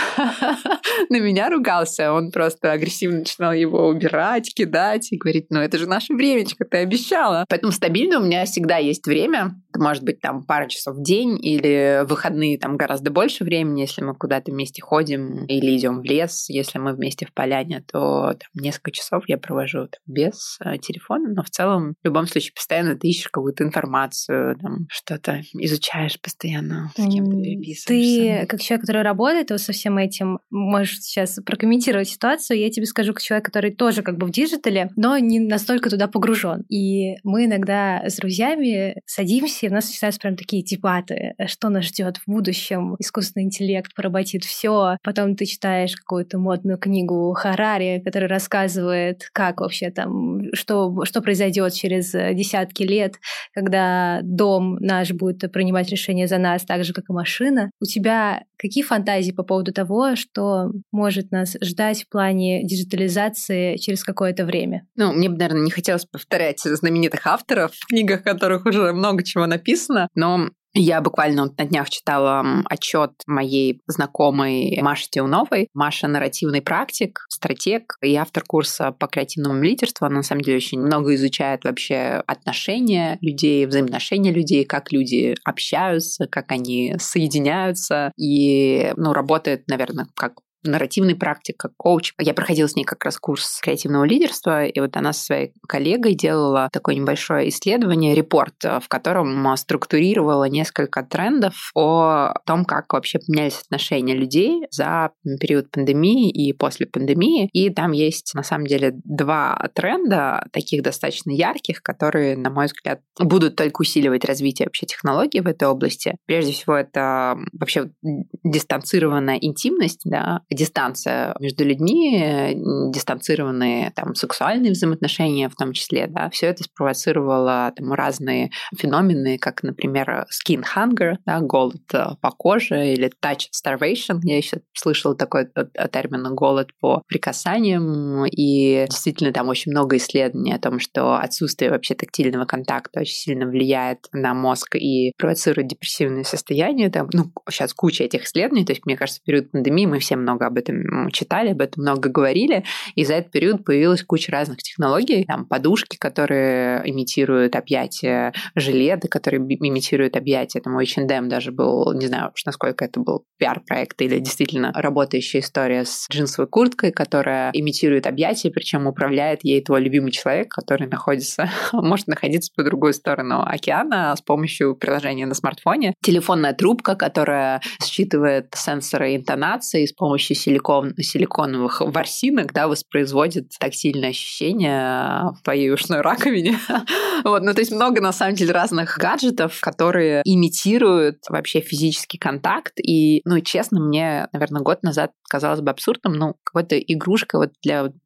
на меня ругался, он просто агрессивно начинал его убирать, кидать и говорить, ну это же наше времечко, ты обещала. Поэтому стабильно у меня всегда есть время. Это может быть там пара часов в день или выходные там гораздо больше времени, если мы куда-то вместе ходим или идем в лес. Если мы вместе в поляне, то там, несколько часов я провожу там, без э, телефона, но в целом в любом случае постоянно ты ищешь какую-то информацию, там, что-то изучаешь постоянно, с кем-то переписываешься. Ты, как человек, который работает вот со всем этим, можешь сейчас прокомментировать ситуацию. Я тебе скажу, как человек, который тоже как бы в диджитале, но не настолько туда погружен. И мы иногда с друзьями садимся, и у нас начинаются прям такие дебаты, что нас ждет в будущем. Искусственный интеллект поработит все. Потом ты читаешь какую-то модную книгу Харари, которая рассказывает, как вообще там, что, что произойдет через десятки лет, когда дом наш будет принимать решения за нас, так же, как и машина. У тебя какие фантазии по поводу того, что может нас ждать в плане диджитализации через какое-то время? Ну, мне бы, наверное, не хотелось повторять знаменитых авторов, в книгах которых уже много чего написано, но я буквально вот на днях читала отчет моей знакомой Маши Тиуновой. Маша нарративный практик, стратег и автор курса по креативному лидерству. Она, на самом деле, очень много изучает вообще отношения людей, взаимоотношения людей, как люди общаются, как они соединяются. И, ну, работает, наверное, как нарративный практик, как коуч. Я проходила с ней как раз курс креативного лидерства, и вот она со своей коллегой делала такое небольшое исследование, репорт, в котором структурировала несколько трендов о том, как вообще поменялись отношения людей за период пандемии и после пандемии. И там есть, на самом деле, два тренда, таких достаточно ярких, которые, на мой взгляд, будут только усиливать развитие вообще технологий в этой области. Прежде всего, это вообще дистанцированная интимность, да, дистанция между людьми, дистанцированные там, сексуальные взаимоотношения в том числе, да, все это спровоцировало там, разные феномены, как, например, skin hunger, да, голод по коже, или touch starvation. Я еще слышала такой термин голод по прикасаниям, и действительно там очень много исследований о том, что отсутствие вообще тактильного контакта очень сильно влияет на мозг и провоцирует депрессивные состояния. Там, ну, сейчас куча этих исследований, то есть, мне кажется, в период пандемии мы все много об этом читали, об этом много говорили, и за этот период появилась куча разных технологий, там подушки, которые имитируют объятия, жилеты, которые имитируют объятия, там у эйч энд эм даже был, не знаю уж насколько это был пиар-проект или действительно работающая история с джинсовой курткой, которая имитирует объятия, причем управляет ей твой любимый человек, который находится, может находиться по другую сторону океана с помощью приложения на смартфоне. Телефонная трубка, которая считывает сенсоры интонации с помощью силикон, силиконовых ворсинок, да, воспроизводит тактильное ощущение в твоей ушной раковине. Вот, ну, то есть много, на самом деле, разных гаджетов, которые имитируют вообще физический контакт. И, ну, честно, мне, наверное, год назад казалось бы абсурдным, ну, какой-то игрушкой вот для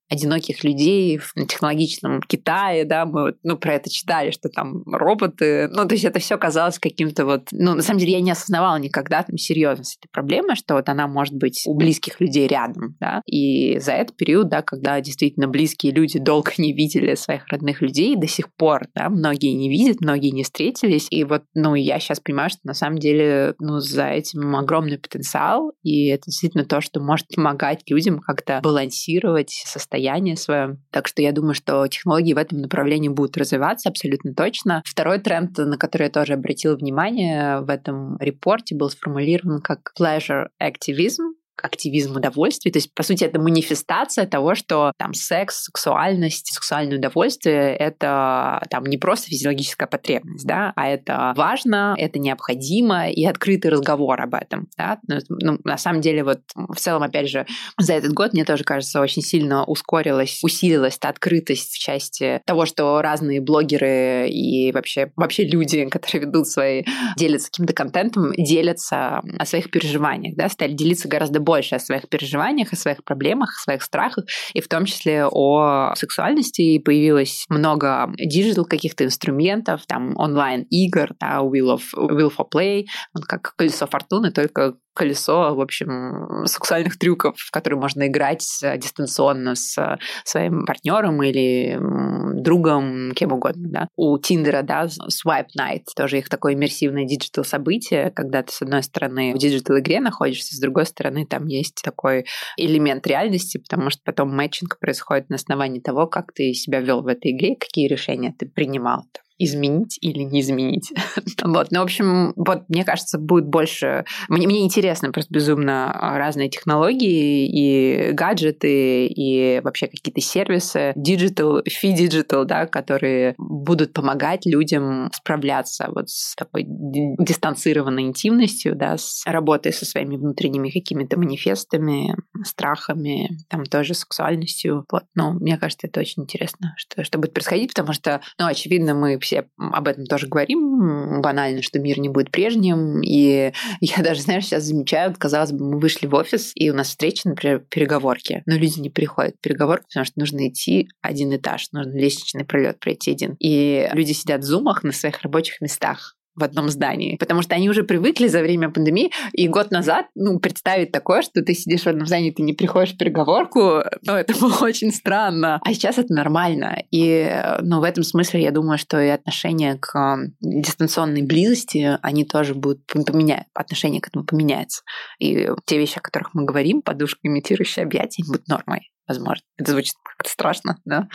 одиноких людей в технологичном Китае, да, мы вот, ну, про это читали, что там роботы, ну, то есть это все казалось каким-то вот, ну, на самом деле я не осознавала никогда там серьезность этой проблемы, что вот она может быть у близких людей рядом, да, и за этот период, да, когда действительно близкие люди долго не видели своих родных людей, до сих пор, да, многие не видят, многие не встретились, и вот, ну, я сейчас понимаю, что на самом деле, ну, за этим огромный потенциал, и это действительно то, что может помогать людям как-то балансировать состояние состояние свое. Так что я думаю, что технологии в этом направлении будут развиваться абсолютно точно. Второй тренд, на который я тоже обратила внимание в этом репорте, был сформулирован как pleasure activism, активизм удовольствия. То есть, по сути, это манифестация того, что там секс, сексуальность, сексуальное удовольствие — это там не просто физиологическая потребность, да, а это важно, это необходимо и открытый разговор об этом. Да? Ну, на самом деле, вот в целом, опять же, за этот год, мне тоже кажется, очень сильно ускорилась, усилилась эта открытость в части того, что разные блогеры и вообще, вообще люди, которые ведут свои, делятся каким-то контентом, делятся о своих переживаниях, да, стали делиться гораздо больше о своих переживаниях, о своих проблемах, о своих страхах, и в том числе о сексуальности. И появилось много диджитал каких-то инструментов, там онлайн-игр, да, Wheel of, Wheel for Play, как колесо фортуны, только колесо, в общем, сексуальных трюков, в которые можно играть дистанционно с своим партнером или другом, кем угодно. Да. У Тиндера, да, Swipe Night, тоже их такое иммерсивное диджитал-событие, когда ты, с одной стороны, в диджитал-игре находишься, с другой стороны, там есть такой элемент реальности, потому что потом мэтчинг происходит на основании того, как ты себя вел в этой игре, какие решения ты принимал. Изменить или не изменить. Вот. Ну, в общем, вот, мне кажется, будет больше... Мне, мне интересно просто безумно разные технологии и гаджеты, и вообще какие-то сервисы, digital, фи-диджитал, да, которые будут помогать людям справляться вот с такой дистанцированной интимностью, да, с работой со своими внутренними какими-то манифестами, страхами, там тоже сексуальностью. Вот. Ну, мне кажется, это очень интересно, что, что будет происходить, потому что, ну, очевидно, мы все об этом тоже говорим, банально, что мир не будет прежним. И я даже, знаешь, сейчас замечаю, казалось бы, мы вышли в офис, и у нас встреча, например, переговорки. Но люди не приходят в переговорки, потому что нужно идти один этаж, нужно лестничный пролет пройти один. И люди сидят в зумах на своих рабочих местах в одном здании, потому что они уже привыкли за время пандемии, и год назад, ну, представить такое, что ты сидишь в одном здании, ты не приходишь в переговорку, ну, это было очень странно. А сейчас это нормально. И, ну, в этом смысле я думаю, что и отношение к дистанционной близости, они тоже будут поменять, отношение к этому поменяется. И те вещи, о которых мы говорим, подушка, имитирующая объятия, они будут нормой. Возможно. Это звучит как-то страшно, да?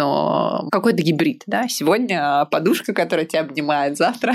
Но какой-то гибрид, да? Сегодня подушка, которая тебя обнимает, завтра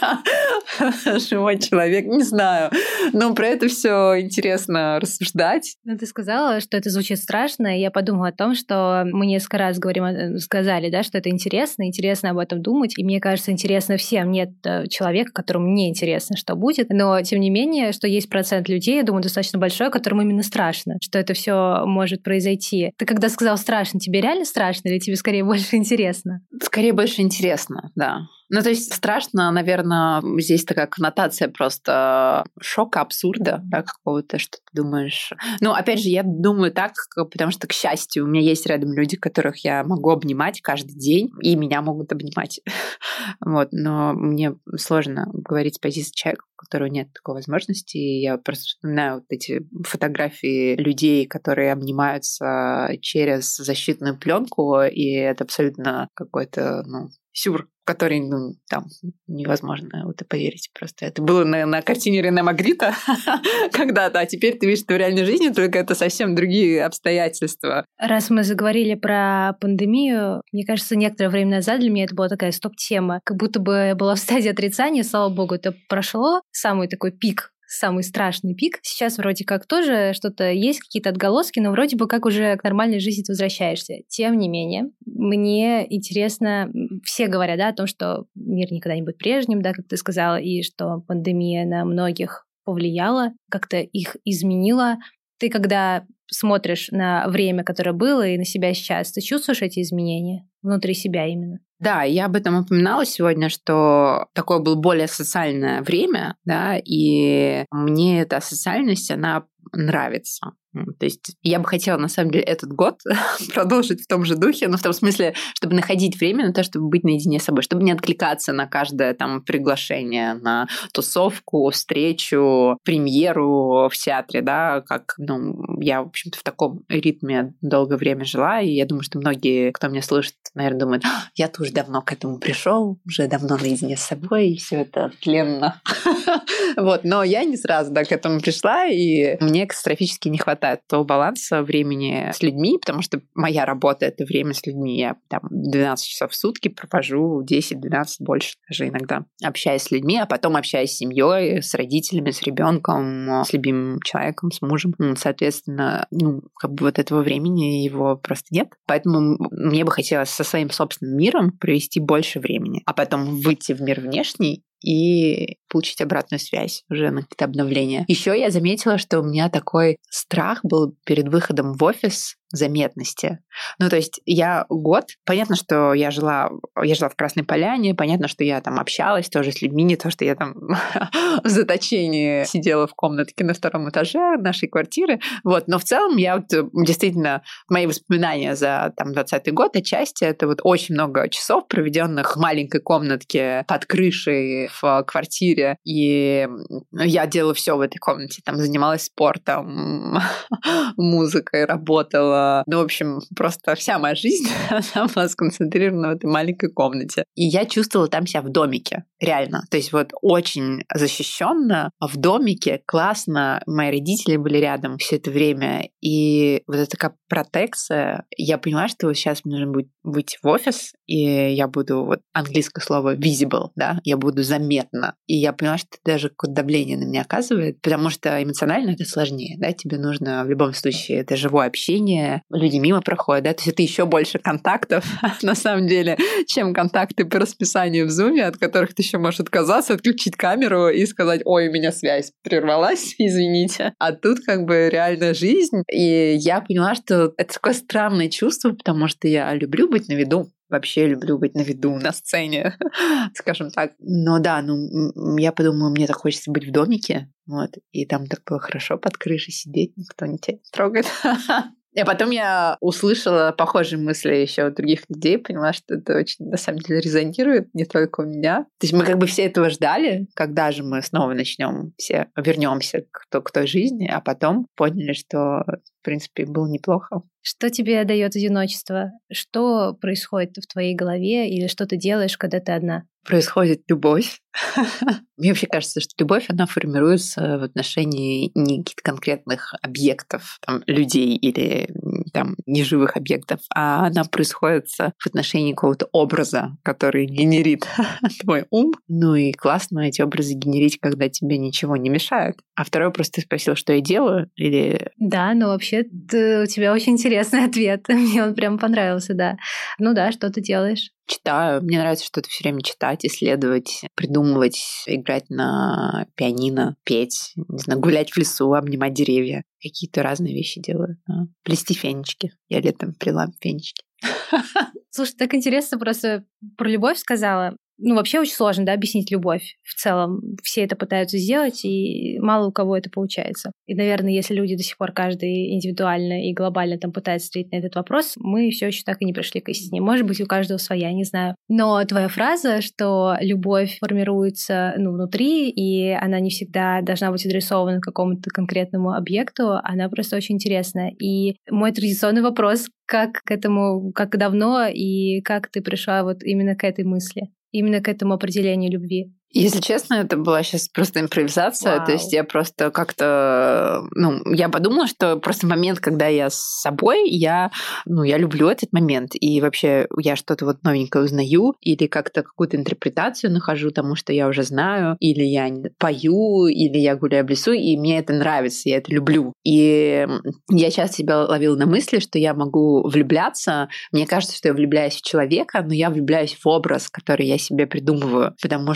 живой человек, не знаю. Но про это все интересно рассуждать. Ну, ты сказала, что это звучит страшно, и я подумала о том, что мы несколько раз говорим, сказали, да, что это интересно, интересно об этом думать, и мне кажется, интересно всем. Нет человека, которому не интересно, что будет, но, тем не менее, что есть процент людей, я думаю, достаточно большой, которым именно страшно, что это все может произойти. Ты когда сказал страшно, тебе реально страшно или тебе скорее больше интересно? Скорее больше интересно, да. Ну, то есть страшно, наверное, здесь такая коннотация просто шока, абсурда, да, какого-то, что ты думаешь. Ну, опять же, я думаю так, потому что, к счастью, у меня есть рядом люди, которых я могу обнимать каждый день, и меня могут обнимать. Вот, но мне сложно говорить с позиции человека, у которого нет такой возможности. И я просто вспоминаю вот эти фотографии людей, которые обнимаются через защитную пленку, и это абсолютно какой-то, ну, сюр, который, ну, там невозможно в это поверить просто. Это было на, на картине Рене Магрита когда-то, а теперь ты видишь, что в реальной жизни только это совсем другие обстоятельства. Раз мы заговорили про пандемию, мне кажется, некоторое время назад для меня это была такая стоп-тема. Как будто бы я была в стадии отрицания, слава богу, это прошло. Самый такой пик, самый страшный пик. Сейчас вроде как тоже что-то есть, какие-то отголоски, но вроде бы как уже к нормальной жизни ты возвращаешься. Тем не менее, мне интересно, все говорят, да, о том, что мир никогда не будет прежним, да, как ты сказала, и что пандемия на многих повлияла, как-то их изменила. Ты когда смотришь на время, которое было, и на себя сейчас, ты чувствуешь эти изменения внутри себя именно? Да, я об этом упоминала сегодня, что такое было более социальное время, да, и мне эта социальность, она нравится. То есть я бы хотела, на самом деле, этот год продолжить в том же духе, но в том смысле, чтобы находить время на то, чтобы быть наедине с собой, чтобы не откликаться на каждое там приглашение на тусовку, встречу, премьеру в театре, да, как, ну, я, в общем-то, в таком ритме долгое время жила, и я думаю, что многие, кто меня слышит, наверное, думают, я тоже давно к этому пришел, уже давно наедине с собой, и все это тленно. Вот, но я не сразу, да, к этому пришла, и мне катастрофически не хватает того баланса времени с людьми, потому что моя работа — это время с людьми. Я там двенадцать часов в сутки провожу, десять-двенадцать, больше даже иногда, общаясь с людьми, а потом общаясь с семьей, с родителями, с ребенком, с любимым человеком, с мужем. Соответственно, ну, как бы вот этого времени его просто нет. Поэтому мне бы хотелось со своим собственным миром провести больше времени, а потом выйти в мир внешний и получить обратную связь уже на какие-то обновления. Еще я заметила, что у меня такой страх был перед выходом в офис заметности. Ну, то есть я год... Понятно, что я жила, я жила в Красной Поляне, понятно, что я там общалась тоже с людьми, не то, что я там в заточении сидела в комнатке на втором этаже нашей квартиры. Вот. Но в целом я вот действительно... Мои воспоминания за там, двадцатый год отчасти это вот очень много часов, проведенных в маленькой комнатке под крышей в квартире. И я делала все в этой комнате. Там занималась спортом, музыкой, работала. Ну, в общем, просто вся моя жизнь она была сконцентрирована в этой маленькой комнате. И я чувствовала там себя в домике. Реально. То есть вот очень защищенно в домике, классно. Мои родители были рядом все это время. И вот эта такая протекция. Я поняла, что вот сейчас мне нужно будет выйти в офис, и я буду, вот английское слово visible, да, я буду заметна. И я поняла, что даже какое-то давление на меня оказывает, потому что эмоционально это сложнее, да, тебе нужно в любом случае, это живое общение, люди мимо проходят, да, то есть это еще больше контактов, на самом деле, чем контакты по расписанию в Zoom, от которых ты еще можешь отказаться, отключить камеру и сказать, ой, у меня связь прервалась, извините. А тут как бы реальная жизнь, и я поняла, что это такое странное чувство, потому что я люблю быть на виду. Вообще люблю быть на виду, на сцене, скажем так. Но да, ну, я подумала, мне так хочется быть в домике, вот, и там так было хорошо под крышей сидеть, никто не тебя трогает. И потом я услышала похожие мысли еще от других людей, поняла, что это очень, на самом деле, резонирует не только у меня. То есть мы как бы все этого ждали, когда же мы снова начнем, все вернемся к, к той жизни, а потом поняли, что, в принципе, было неплохо. Что тебе дает одиночество? Что происходит в твоей голове или что ты делаешь, когда ты одна? Происходит любовь. Мне вообще кажется, что любовь, она формируется в отношении не каких-то конкретных объектов, там, людей или там, неживых объектов, а она происходит в отношении какого-то образа, который генерит твой ум. Ну и классно эти образы генерить, когда тебе ничего не мешает. А второй вопрос, ты спросил, что я делаю? Или... Да, но вообще ты, у тебя очень интересный ответ. Мне он прям понравился, да. Ну да, что ты делаешь? Читаю. Мне нравится что-то все время читать, исследовать, придумывать, играть на пианино, петь, не знаю, гулять в лесу, обнимать деревья. Какие-то разные вещи делаю. Да. Плести фенечки. Я летом плела фенечки. Слушай, так интересно, просто про любовь сказала. Ну, вообще очень сложно, да, объяснить любовь в целом. Все это пытаются сделать, и мало у кого это получается. И, наверное, если люди до сих пор каждый индивидуально и глобально там пытаются ответить на этот вопрос, мы все еще так и не пришли к истине. Может быть, у каждого своя, не знаю. Но твоя фраза, что любовь формируется, ну, внутри, и она не всегда должна быть адресована какому-то конкретному объекту, она просто очень интересная. И мой традиционный вопрос, как к этому, как давно и как ты пришла вот именно к этой мысли? Именно к этому определению любви? Если честно, это была сейчас просто импровизация. Вау. То есть я просто как-то... Ну, я подумала, что просто момент, когда я с собой, я, ну, я люблю этот момент. И вообще я что-то вот новенькое узнаю, или как-то какую-то интерпретацию нахожу тому, что я уже знаю, или я пою, или я гуляю в лесу, и мне это нравится, я это люблю. И я часто себя ловила на мысли, что я могу влюбляться. Мне кажется, что я влюбляюсь в человека, но я влюбляюсь в образ, который я себе придумываю, потому что я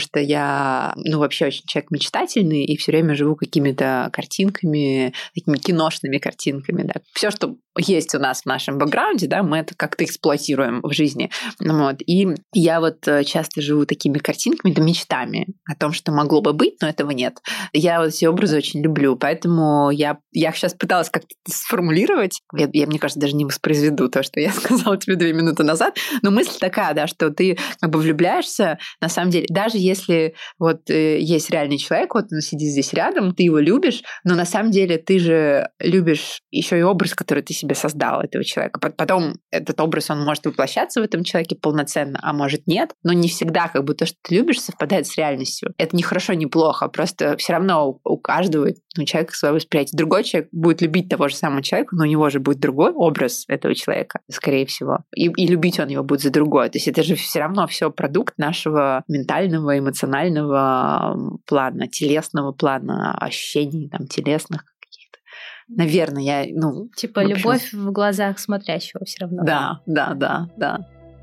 я, ну, вообще очень человек мечтательный и все время живу какими-то картинками, такими киношными картинками, да. Все, что есть у нас в нашем бэкграунде, да, мы это как-то эксплуатируем в жизни. Вот. И я вот часто живу такими картинками, да, мечтами о том, что могло бы быть, но этого нет. Я вот эти образы очень люблю, поэтому я, я сейчас пыталась как-то сформулировать. Я, я, мне кажется, даже не воспроизведу то, что я сказала тебе две минуты назад, но мысль такая, да, что ты как бы влюбляешься, на самом деле, даже если вот есть реальный человек, вот он сидит здесь рядом, ты его любишь, но на самом деле ты же любишь еще и образ, который ты себе создал, этого человека. Потом этот образ, он может воплощаться в этом человеке полноценно, а может нет, но не всегда как бы то, что ты любишь, совпадает с реальностью. Это не хорошо, не плохо, просто все равно у каждого у человека свое восприятие. Другой человек будет любить того же самого человека, но у него же будет другой образ этого человека, скорее всего. И, и любить он его будет за другое. То есть это же все равно все продукт нашего ментального, эмоционального плана, телесного плана, ощущений там, телесных. Наверное, я, ну... Типа в любовь в глазах смотрящего все равно. Да, да, да, да.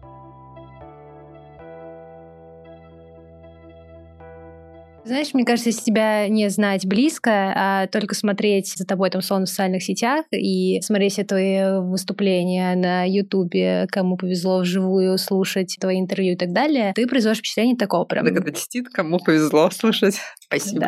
Знаешь, мне кажется, если тебя не знать близко, а только смотреть за тобой там сон в социальных сетях и смотреть все твои выступления на Ютубе, кому повезло вживую слушать твои интервью и так далее, ты производишь впечатление такого прям... Да, когда чтит, кому повезло слушать. Спасибо.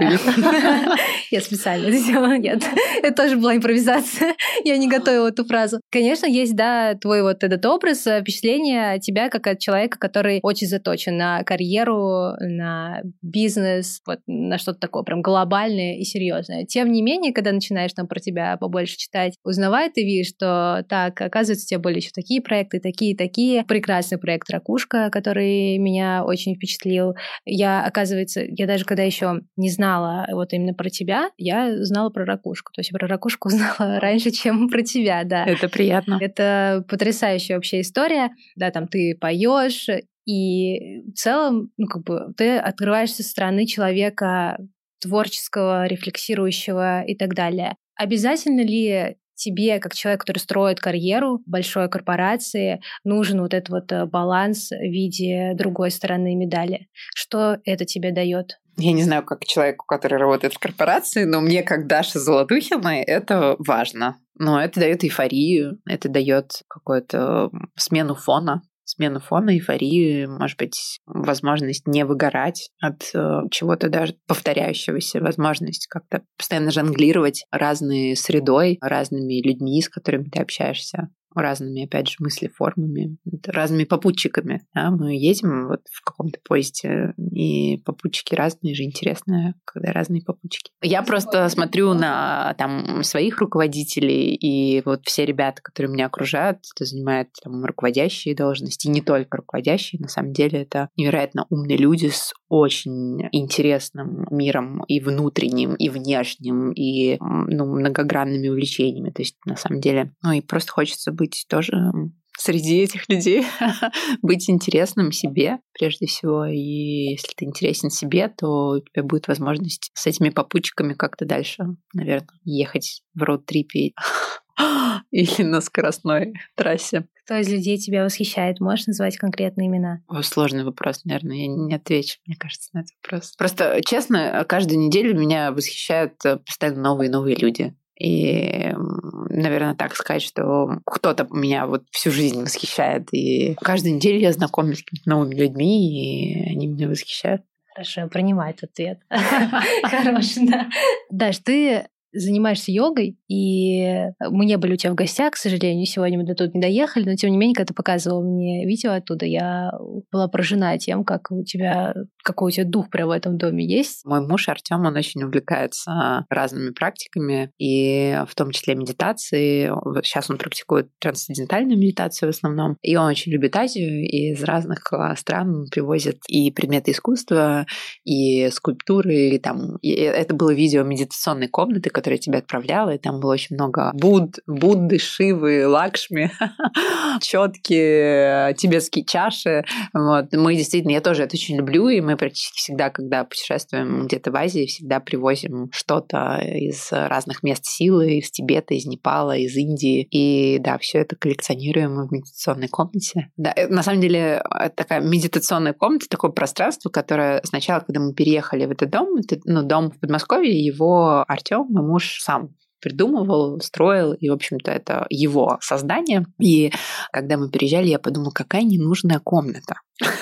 Я специально это сделала. Нет, это тоже была импровизация. Я не готовила эту фразу. Конечно, есть, да, твой вот этот образ, впечатление тебя как от человека, который очень заточен на карьеру, на бизнес, вот на что-то такое прям глобальное и серьезное. Тем не менее, когда начинаешь там про тебя побольше читать, узнавай, ты видишь, что так, оказывается, у тебя были еще такие проекты, такие, такие. Прекрасный проект «Ракушка», который меня очень впечатлил. Я, оказывается, я даже когда еще не знала вот именно про тебя, я знала про «Ракушку». То есть про «Ракушку» узнала раньше, чем про тебя, да. Это приятно. Это потрясающая вообще история. Да, там ты поешь, и в целом, ну, как бы ты открываешься со стороны человека творческого, рефлексирующего и так далее. Обязательно ли тебе, как человек, который строит карьеру в большой корпорации, нужен вот этот вот баланс в виде другой стороны медали? Что это тебе дает? Я не знаю, как человеку, который работает в корпорации, но мне, как Даше Золотухиной, это важно. Но это дает эйфорию, это дает какую-то смену фона. Смену фона, эйфорию, может быть, возможность не выгорать от э, чего-то даже повторяющегося, возможность как-то постоянно жонглировать разной средой, разными людьми, с которыми ты общаешься, разными, опять же, мыслеформами, разными попутчиками. Да? Мы едем вот в каком-то поезде, и попутчики разные же, интересно, когда разные попутчики. Я просто смотрю на там своих руководителей, и вот все ребята, которые меня окружают, кто занимает там руководящие должности, и не только руководящие, на самом деле это невероятно умные люди с очень интересным миром и внутренним, и внешним, и ну, многогранными увлечениями. То есть, на самом деле, ну и просто хочется быть тоже среди этих людей, быть интересным себе прежде всего. И если ты интересен себе, то у тебя будет возможность с этими попутчиками как-то дальше, наверное, ехать в роуд-трипе или на скоростной трассе. Кто из людей тебя восхищает? Можешь назвать конкретные имена? О, сложный вопрос, наверное. Я не отвечу, мне кажется, на этот вопрос. Просто, честно, каждую неделю меня восхищают постоянно новые и новые люди. И, наверное, так сказать, что кто-то меня вот всю жизнь восхищает. И каждую неделю я знакомлюсь с какими-то новыми людьми, и они меня восхищают. Хорошо, я принимаю этот ответ. Хороший, да. Даш, ты занимаешься йогой, и мы не были у тебя в гостях, к сожалению, сегодня мы до тут не доехали, но тем не менее, когда ты показывала мне видео оттуда, я была поражена тем, как у тебя, какой у тебя дух прямо в этом доме есть. Мой муж Артём, он очень увлекается разными практиками, и в том числе медитацией. Сейчас он практикует трансцендентальную медитацию в основном, и он очень любит Азию, и из разных стран привозит и предметы искусства, и скульптуры, и там... И это было видео медитационной комнаты, которая которая тебя отправляла, и там было очень много Буд, Будды, Шивы, Лакшми, четкие тибетские чаши. Вот. Мы действительно, я тоже это очень люблю, и мы практически всегда, когда путешествуем где-то в Азии, всегда привозим что-то из разных мест силы, из Тибета, из Непала, из Индии. И да, все это коллекционируем в медитационной комнате. Да, на самом деле, это такая медитационная комната, такое пространство, которое сначала, когда мы переехали в этот дом, это, ну, дом в Подмосковье, его Артём, мой муж, сам придумывал, строил, и, в общем-то, это его создание. И когда мы переезжали, я подумала, какая ненужная комната.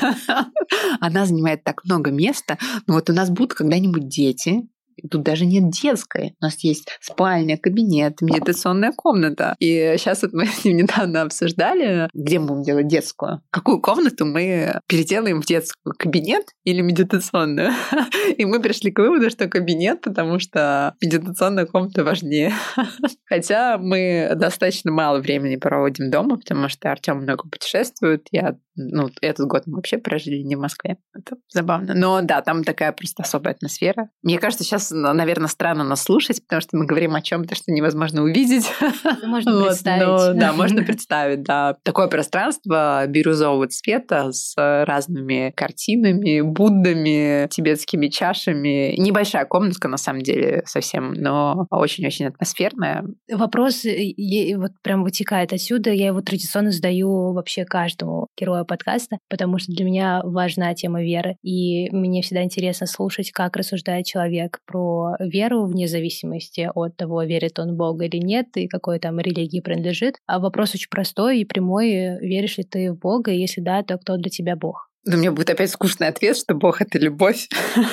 Она занимает так много места. Но вот у нас будут когда-нибудь дети. Тут даже нет детской. У нас есть спальня, кабинет, медитационная комната. И сейчас вот мы с ним недавно обсуждали, где мы будем делать детскую. Какую комнату мы переделаем в детскую? Кабинет или медитационную? И мы пришли к выводу, что кабинет, потому что медитационная комната важнее. Хотя мы достаточно мало времени проводим дома, потому что Артём много путешествует. Я, ну, этот год мы вообще прожили не в Москве. Это забавно. Но да, там такая просто особая атмосфера. Мне кажется, сейчас, наверное, странно нас слушать, потому что мы говорим о чем-то, что невозможно увидеть. Можно вот, представить. Но, да, можно представить, да. Такое пространство бирюзового цвета с разными картинами, Буддами, тибетскими чашами. Небольшая комнатка, на самом деле, совсем, но очень-очень атмосферная. Вопрос вот прям вытекает отсюда. Я его традиционно задаю вообще каждому герою подкаста, потому что для меня важна тема веры. И мне всегда интересно слушать, как рассуждает человек про веру вне зависимости от того, верит он в Бога или нет, и какой там религии принадлежит. А вопрос очень простой и прямой. Веришь ли ты в Бога? И если да, то кто для тебя Бог? Ну, у меня будет опять скучный ответ, что Бог — это любовь.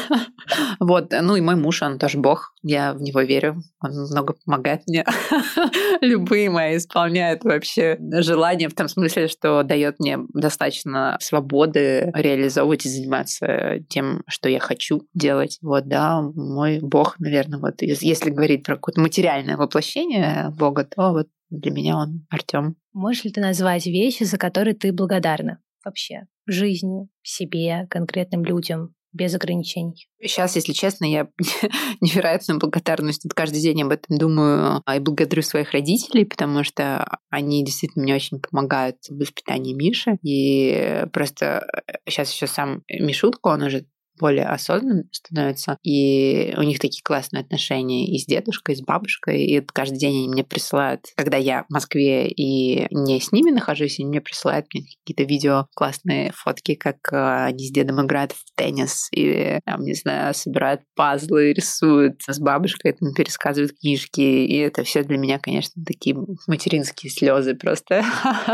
Вот. Ну, и мой муж, он тоже Бог. Я в него верю. Он много помогает мне. Любые мои исполняет вообще желания, в том смысле, что дает мне достаточно свободы реализовывать и заниматься тем, что я хочу делать. Вот, да, мой Бог, наверное, вот если говорить про какое-то материальное воплощение Бога, то вот для меня он Артём. Можешь ли ты назвать вещи, за которые ты благодарна вообще? В жизни, в себе, конкретным людям, без ограничений. Сейчас, если честно, я невероятно благодарна, что каждый день об этом думаю и благодарю своих родителей, потому что они действительно мне очень помогают в воспитании Миши. И просто сейчас еще сам Мишутка, он уже более осознанным становятся, и у них такие классные отношения и с дедушкой, и с бабушкой, и каждый день они мне присылают, когда я в Москве и не с ними нахожусь, они мне присылают мне какие-то видео, классные фотки, как они с дедом играют в теннис, или, там, не знаю, собирают пазлы, рисуют, с бабушкой там пересказывают книжки, и это все для меня, конечно, такие материнские слезы просто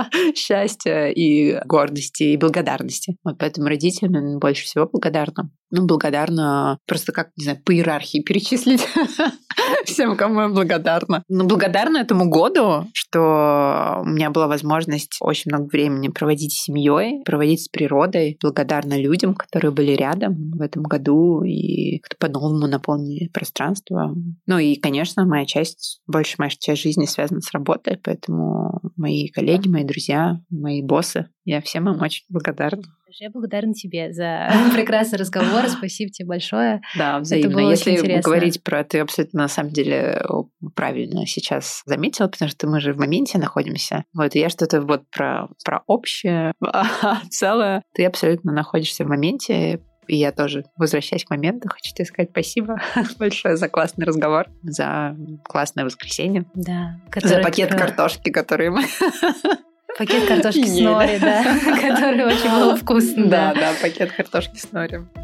счастья и гордости, и благодарности. Вот поэтому родителям больше всего благодарна. Ну, благодарна просто как, не знаю, по иерархии перечислить всем, кому я благодарна. Ну, благодарна этому году, что у меня была возможность очень много времени проводить с семьей, проводить с природой. Благодарна людям, которые были рядом в этом году и кто по-новому наполнили пространство. Ну и, конечно, моя часть, больше моя часть жизни связана с работой, поэтому мои коллеги, мои друзья, мои боссы, я всем им очень благодарна. Я благодарна тебе за прекрасный разговор. Спасибо тебе большое. Да, взаимно. Если говорить про... Ты абсолютно, на самом деле, правильно сейчас заметила, потому что мы же в моменте находимся. Вот, и я что-то вот про, про общее, а целое. Ты абсолютно находишься в моменте. И я тоже, возвращаясь к моменту, хочу тебе сказать спасибо большое за классный разговор, за классное воскресенье. Да. За пакет картошки, который мы... Пакет картошки с нори, да, который очень был вкусный. Да, да, пакет картошки с нори.